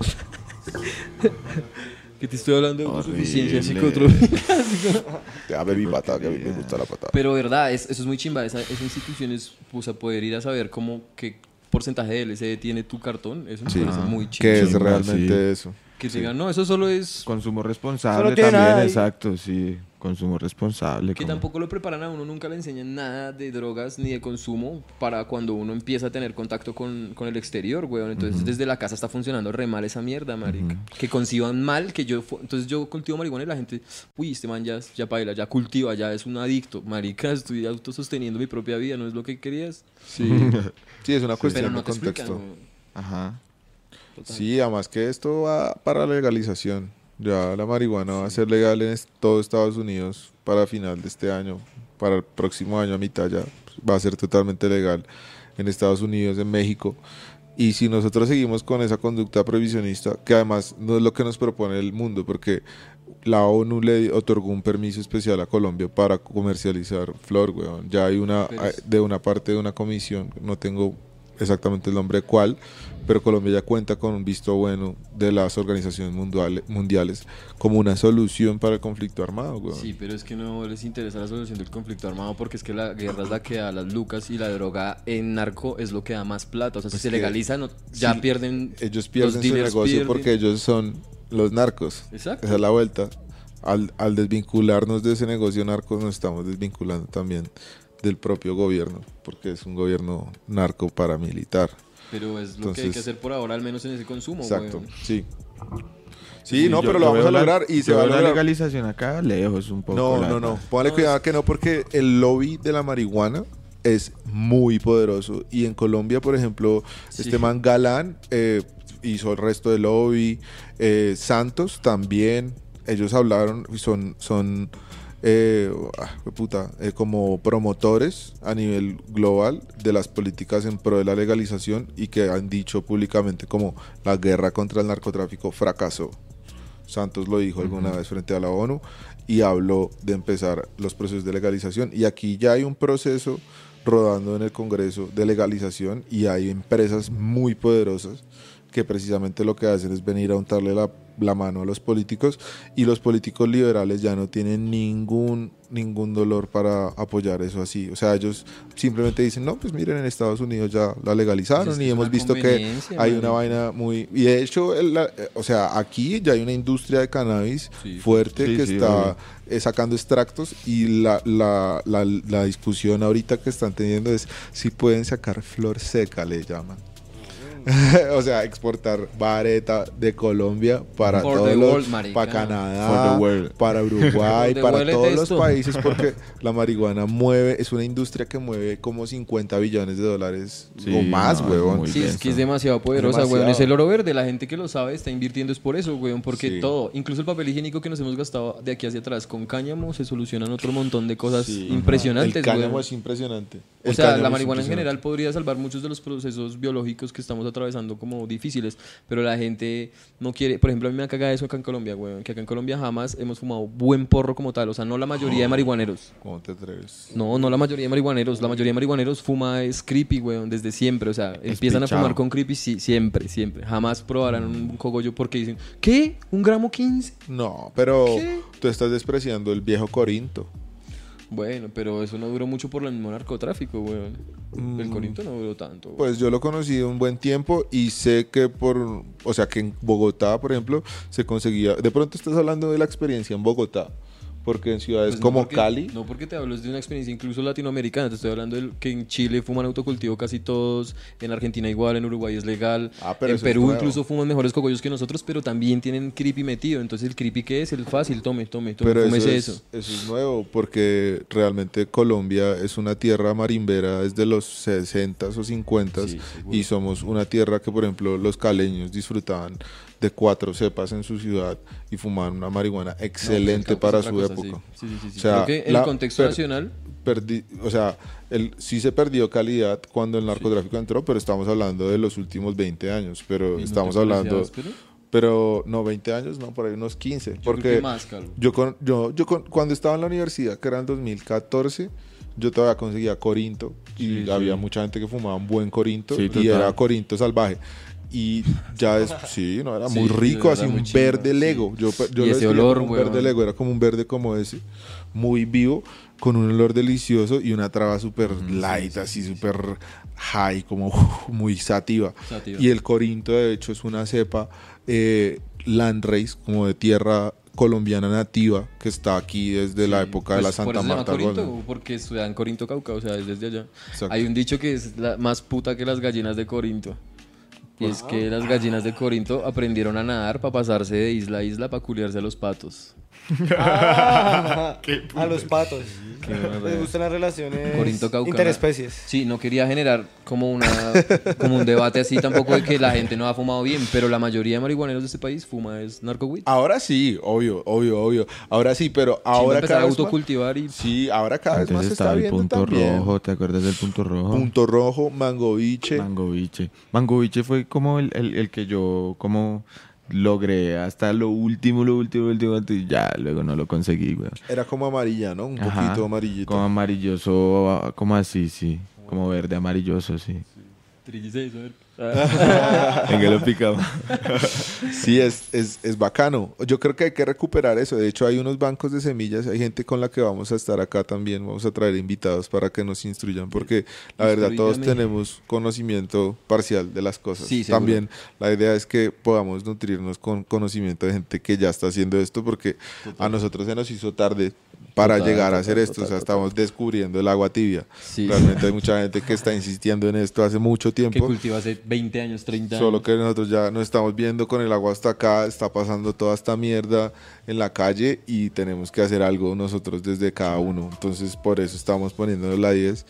que te estoy hablando de autosuficiencia Horrible. psicotrópica. Ya bebí patada, que a mí me gusta la patada. Pero verdad, es- eso es muy chimba. Esa, esa institución es, o sea, poder ir a saber cómo, qué porcentaje de L S D tiene tu cartón. Eso me Sí. parece Ajá. muy chimba. ¿Qué es chimba, realmente sí. eso? Que te digan, no, eso solo es... Consumo Solo responsable tiene también, nada ahí. exacto, sí. Consumo responsable. Que como- tampoco lo preparan a uno, nunca le enseñan nada de drogas ni de consumo para cuando uno empieza a tener contacto con, con el exterior, weón. Entonces desde la casa está funcionando re mal esa mierda, marica. Que conciban mal, que yo... fu- Entonces yo cultivo marihuana y la gente, uy, este man ya, ya baila, ya cultiva, ya es un adicto. Marica, estoy autososteniendo mi propia vida, ¿no es lo que querías? Sí, sí es una cuestión Pero no de te explican, contexto. weón. Ajá. Sí, además que esto va para la legalización. Ya la marihuana va a ser legal en es- todo Estados Unidos para final de este año, para el próximo año a mitad ya va a ser totalmente legal en Estados Unidos, en México. Y si nosotros seguimos con esa conducta prohibicionista, que además no es lo que nos propone el mundo, porque la ONU le otorgó un permiso especial a Colombia para comercializar flor, weón. Ya hay una, Pero hay- es- de una parte de una comisión, no tengo exactamente el nombre de cuál, pero Colombia ya cuenta con un visto bueno de las organizaciones mundiales, mundiales como una solución para el conflicto armado, weón. Sí, pero es que no les interesa la solución del conflicto armado porque es que la guerra es la que da las lucas y la droga en narco es lo que da más plata. O sea, Pues si se que legaliza, no, ya sí, pierden. Ellos los pierden su dealers negocio pierden. porque ellos son los narcos. Exacto. Esa es la vuelta. Al, al desvincularnos de ese negocio narco, nos estamos desvinculando también del propio gobierno, porque es un gobierno narco paramilitar. Pero es lo que hay que Entonces- hacer por ahora, al menos en ese consumo. Exacto, weón. sí. Sí, no, yo- pero yo lo vamos veo a la- lograr y se yo va a veo la lograr. legalización acá lejos un poco. No, la no, no. verdad. Póngale No, cuidado es- que no, porque el lobby de la marihuana es muy poderoso. Y en Colombia, por ejemplo, Sí. este man Galán eh, hizo el resto del lobby. eh, Santos también. Ellos hablaron y son, son eh, ah, puta, eh, como promotores a nivel global de las políticas en pro de la legalización y que han dicho públicamente como la guerra contra el narcotráfico fracasó. Santos lo dijo alguna uh-huh. vez frente a la ONU y habló de empezar los procesos de legalización, y aquí ya hay un proceso rodando en el Congreso de legalización y hay empresas muy poderosas que precisamente lo que hacen es venir a untarle la, la mano a los políticos, y los políticos liberales ya no tienen ningún ningún dolor para apoyar eso así. O sea, ellos simplemente dicen, no, pues miren, en Estados Unidos ya la legalizaron, es y hemos visto que hay man. una vaina muy... Y de hecho, el, la, o sea, aquí ya hay una industria de cannabis sí. fuerte sí, que sí, está eh, sacando extractos, y la, la, la, la discusión ahorita que están teniendo es si pueden sacar flor seca, le llaman. O sea, exportar vareta de Colombia para For todos los, world, para Canadá, para Uruguay, para todos los países, porque la marihuana mueve, es una industria que mueve como cincuenta billones de dólares sí, o más, no, huevón. Sí, es que es demasiado poderosa, es huevón. Es el oro verde, la gente que lo sabe está invirtiendo es por eso, huevón, porque sí. todo, incluso el papel higiénico que nos hemos gastado de aquí hacia atrás con cáñamo, se solucionan otro montón de cosas sí, impresionantes. El cáñamo huevón. es impresionante. O el sea, la marihuana en general podría salvar muchos de los procesos biológicos que estamos atravesando como difíciles, pero la gente no quiere. Por ejemplo, a mí me ha cagado eso acá en Colombia, güey, que acá en Colombia jamás hemos fumado buen porro como tal, o sea, no la mayoría de marihuaneros. ¿Cómo te atreves? No, no la mayoría de marihuaneros, la mayoría de marihuaneros fuma es creepy, güey, desde siempre, o sea, es empiezan pichado. a fumar con creepy sí, siempre, siempre, jamás probarán mm. un cogollo porque dicen, ¿qué? ¿Un gramo quince? No, pero ¿qué? Tú estás despreciando el viejo Corinto. Bueno, pero eso no duró mucho por el mismo narcotráfico, güey. Mm. El Corinto no duró tanto, güey. Pues yo lo conocí un buen tiempo y sé que por... O sea, que en Bogotá, por ejemplo, se conseguía... De pronto estás hablando de la experiencia en Bogotá, porque en ciudades pues no como porque, Cali... No, porque te hablo de una experiencia incluso latinoamericana. Te estoy hablando de que en Chile fuman autocultivo casi todos, en Argentina igual, en Uruguay es legal, ah, pero en Perú incluso fuman mejores cogollos que nosotros, pero también tienen creepy metido. Entonces el creepy, ¿qué es? El fácil, tome, tome, tome, pero fúmese eso. Es, eso. Eso es nuevo, porque realmente Colombia es una tierra marimbera desde los sesentas o cincuentas, sí, y somos una tierra que, por ejemplo, los caleños disfrutaban de cuatro cepas en su ciudad y fumaban una marihuana excelente no, para su cosa, época. Sí, sí, sí, sí. O sea, creo que en el contexto per, nacional... Perdi, o sea, el, sí se perdió calidad cuando el narcotráfico sí. entró, pero estamos hablando de los últimos veinte años, pero estamos no hablando... Pero? pero no, veinte años, no, por ahí unos quince. Yo porque más, yo, con, yo, yo con, cuando estaba en la universidad, que era en dos mil catorce... Yo todavía conseguía Corinto y sí, había sí. mucha gente que fumaba un buen Corinto sí, y era Corinto salvaje. Y ya es, sí, no, era sí, muy rico, así un chingada, verde Lego. Sí. Yo, yo y ese olor, un bueno. verde Lego, era como un verde como ese, muy vivo, con un olor delicioso y una traba súper mm, light, sí, así súper sí. high, como uh, muy sativa. sativa. Y el Corinto, de hecho, es una cepa eh, landrace, como de tierra colombiana nativa, que está aquí desde sí, la época pues de la Santa por Marta. Corinto, porque estudian Corinto Cauca, o sea, es desde allá. Exacto. Hay un dicho que es la, más puta que las gallinas de Corinto. Y es que las gallinas de Corinto aprendieron a nadar para pasarse de isla a isla para culiarse a los patos. Ah, a los patos. Les gustan las relaciones Corinto Cauca, interespecies. Sí, no quería generar como una como un debate así tampoco de que la gente no ha fumado bien, pero la mayoría de marihuaneros de este país fuma es narcoweed. Ahora sí, obvio, obvio, obvio. Ahora sí, pero ahora sí, cada vez a autocultivar y sí, ahora cada Antes vez más se está el viendo punto también. rojo, ¿te acuerdas del punto rojo? Punto rojo, mangoviche. Mangoviche. Mangoviche fue como el, el, el que yo como logré hasta lo último, lo último, lo último, y ya luego no lo conseguí, güey. Era como amarilla, ¿no? Un Ajá, poquito amarillito. Como amarilloso, como así, sí. Como verde amarilloso, sí. dieciséis, a ver. ¿En qué lo picamos? Sí, es, es, es bacano. Yo creo que hay que recuperar eso. De hecho, hay unos bancos de semillas. Hay gente con la que vamos a estar acá también. Vamos a traer invitados para que nos instruyan. Porque la verdad, todos tenemos conocimiento parcial de las cosas. Sí, también la idea es que podamos nutrirnos con conocimiento de gente que ya está haciendo esto. Porque total. A nosotros se nos hizo tarde para total, llegar a hacer total, esto. Total, o sea, total. Estamos descubriendo el agua tibia. Sí. Realmente hay mucha gente que está insistiendo en esto hace mucho tiempo. Que cultiva hace veinte años, treinta años. Solo que nosotros ya nos estamos viendo con el agua hasta acá, está pasando toda esta mierda en la calle y tenemos que hacer algo nosotros desde cada uno. Entonces, por eso estamos poniéndonos la diez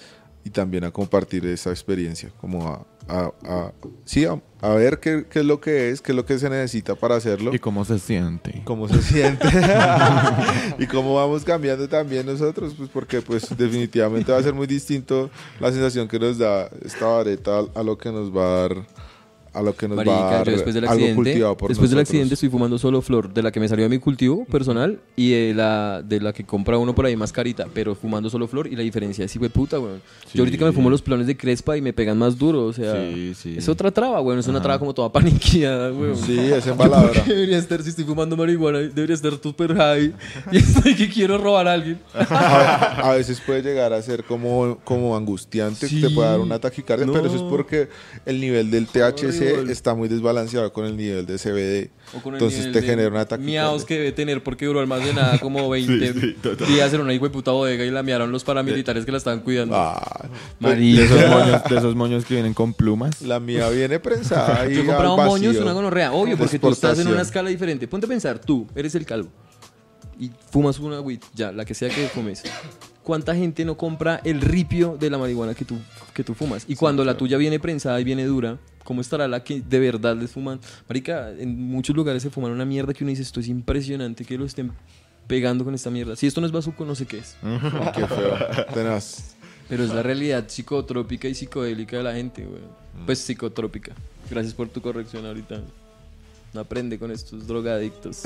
y también a compartir esa experiencia, como a, a, a sí, a, a ver qué, qué es lo que es, qué es lo que se necesita para hacerlo. ¿Y cómo se siente? Cómo se siente y cómo vamos cambiando también nosotros, pues porque pues definitivamente va a ser muy distinto la sensación que nos da esta vareta a, a lo que nos va a dar, a lo que nos Marica, va a dar yo después del algo accidente, cultivado por después del nosotros. accidente estoy fumando solo flor, de la que me salió de mi cultivo personal y de la de la que compra uno por ahí más carita, pero fumando solo flor y la diferencia es hijo de puta, weón. Sí. Yo ahorita me fumo los plones de Crespa y me pegan más duro, o sea, Sí, sí. es otra traba, weón, es una traba como toda paniqueada, weón. Sí, es embaladora. Debería estar, si estoy fumando marihuana, debería estar super high y estoy que quiero robar a alguien. a, a veces puede llegar a ser como, como angustiante, Sí. te puede dar una taquicardia, No. pero eso es porque el nivel del T H C Ay, está muy desbalanceado con el nivel de C B D. O con el Entonces nivel te de genera una taquicardia. miaos que debe tener porque duró almacenada como veinte Sí, sí, total. días en una hijo de puta bodega y la miaron los paramilitares que la estaban cuidando. Ah, De Marica. esos, moños, de esos moños que vienen con plumas. la mía viene prensada y Yo he al comprado vacío. moños, una gonorrea, obvio, De porque tú estás en exportación. una escala diferente. Ponte a pensar, tú eres el calvo y fumas una weed, ya, la que sea que fumes. ¿Cuánta gente no compra el ripio de la marihuana que tú, que tú fumas? Y cuando la tuya viene prensada y viene dura, ¿cómo estará la que de verdad les fuman? Marica, en muchos lugares se fuman una mierda que uno dice, esto es impresionante que lo estén pegando con esta mierda. Si esto no es bazuco, no sé qué es. Qué feo. Tenaz. Pero es la realidad psicotrópica y psicodélica de la gente, güey. Pues psicotrópica. Gracias por tu corrección ahorita. No aprende con estos drogadictos.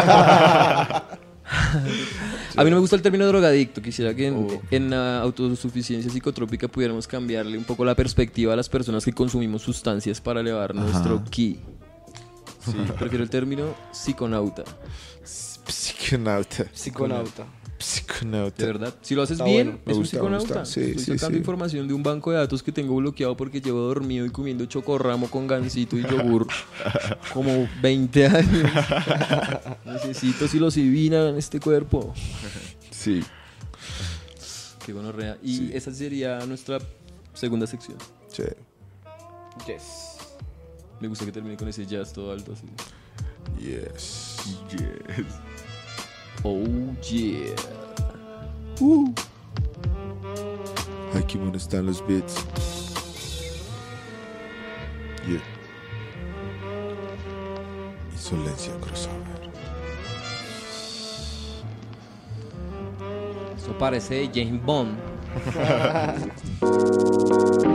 A mí no me gusta el término drogadicto. Quisiera que en, en la autosuficiencia psicotrópica pudiéramos cambiarle un poco la perspectiva a las personas que consumimos sustancias para elevar nuestro ki. Sí, prefiero el término psiconauta. Psiconauta. Psiconauta. Psiconauta. De verdad, si lo haces Está bien, bueno. es Me un gusta, me psiconauta. gusta. Sí, Estoy sí, sacando sí. información de un banco de datos que tengo bloqueado porque llevo dormido y comiendo chocorramo con gansito y yogur como veinte años. Necesito psilocibina en este cuerpo. Sí. Qué gonorrea. Y Sí. esa sería nuestra segunda sección. Sí. Yes. Me gusta que termine con ese jazz todo alto así. Yes. Oh yeah. Ay, qué bueno están los beats. Yeah. Insolencia crossover. Eso parece James Bond.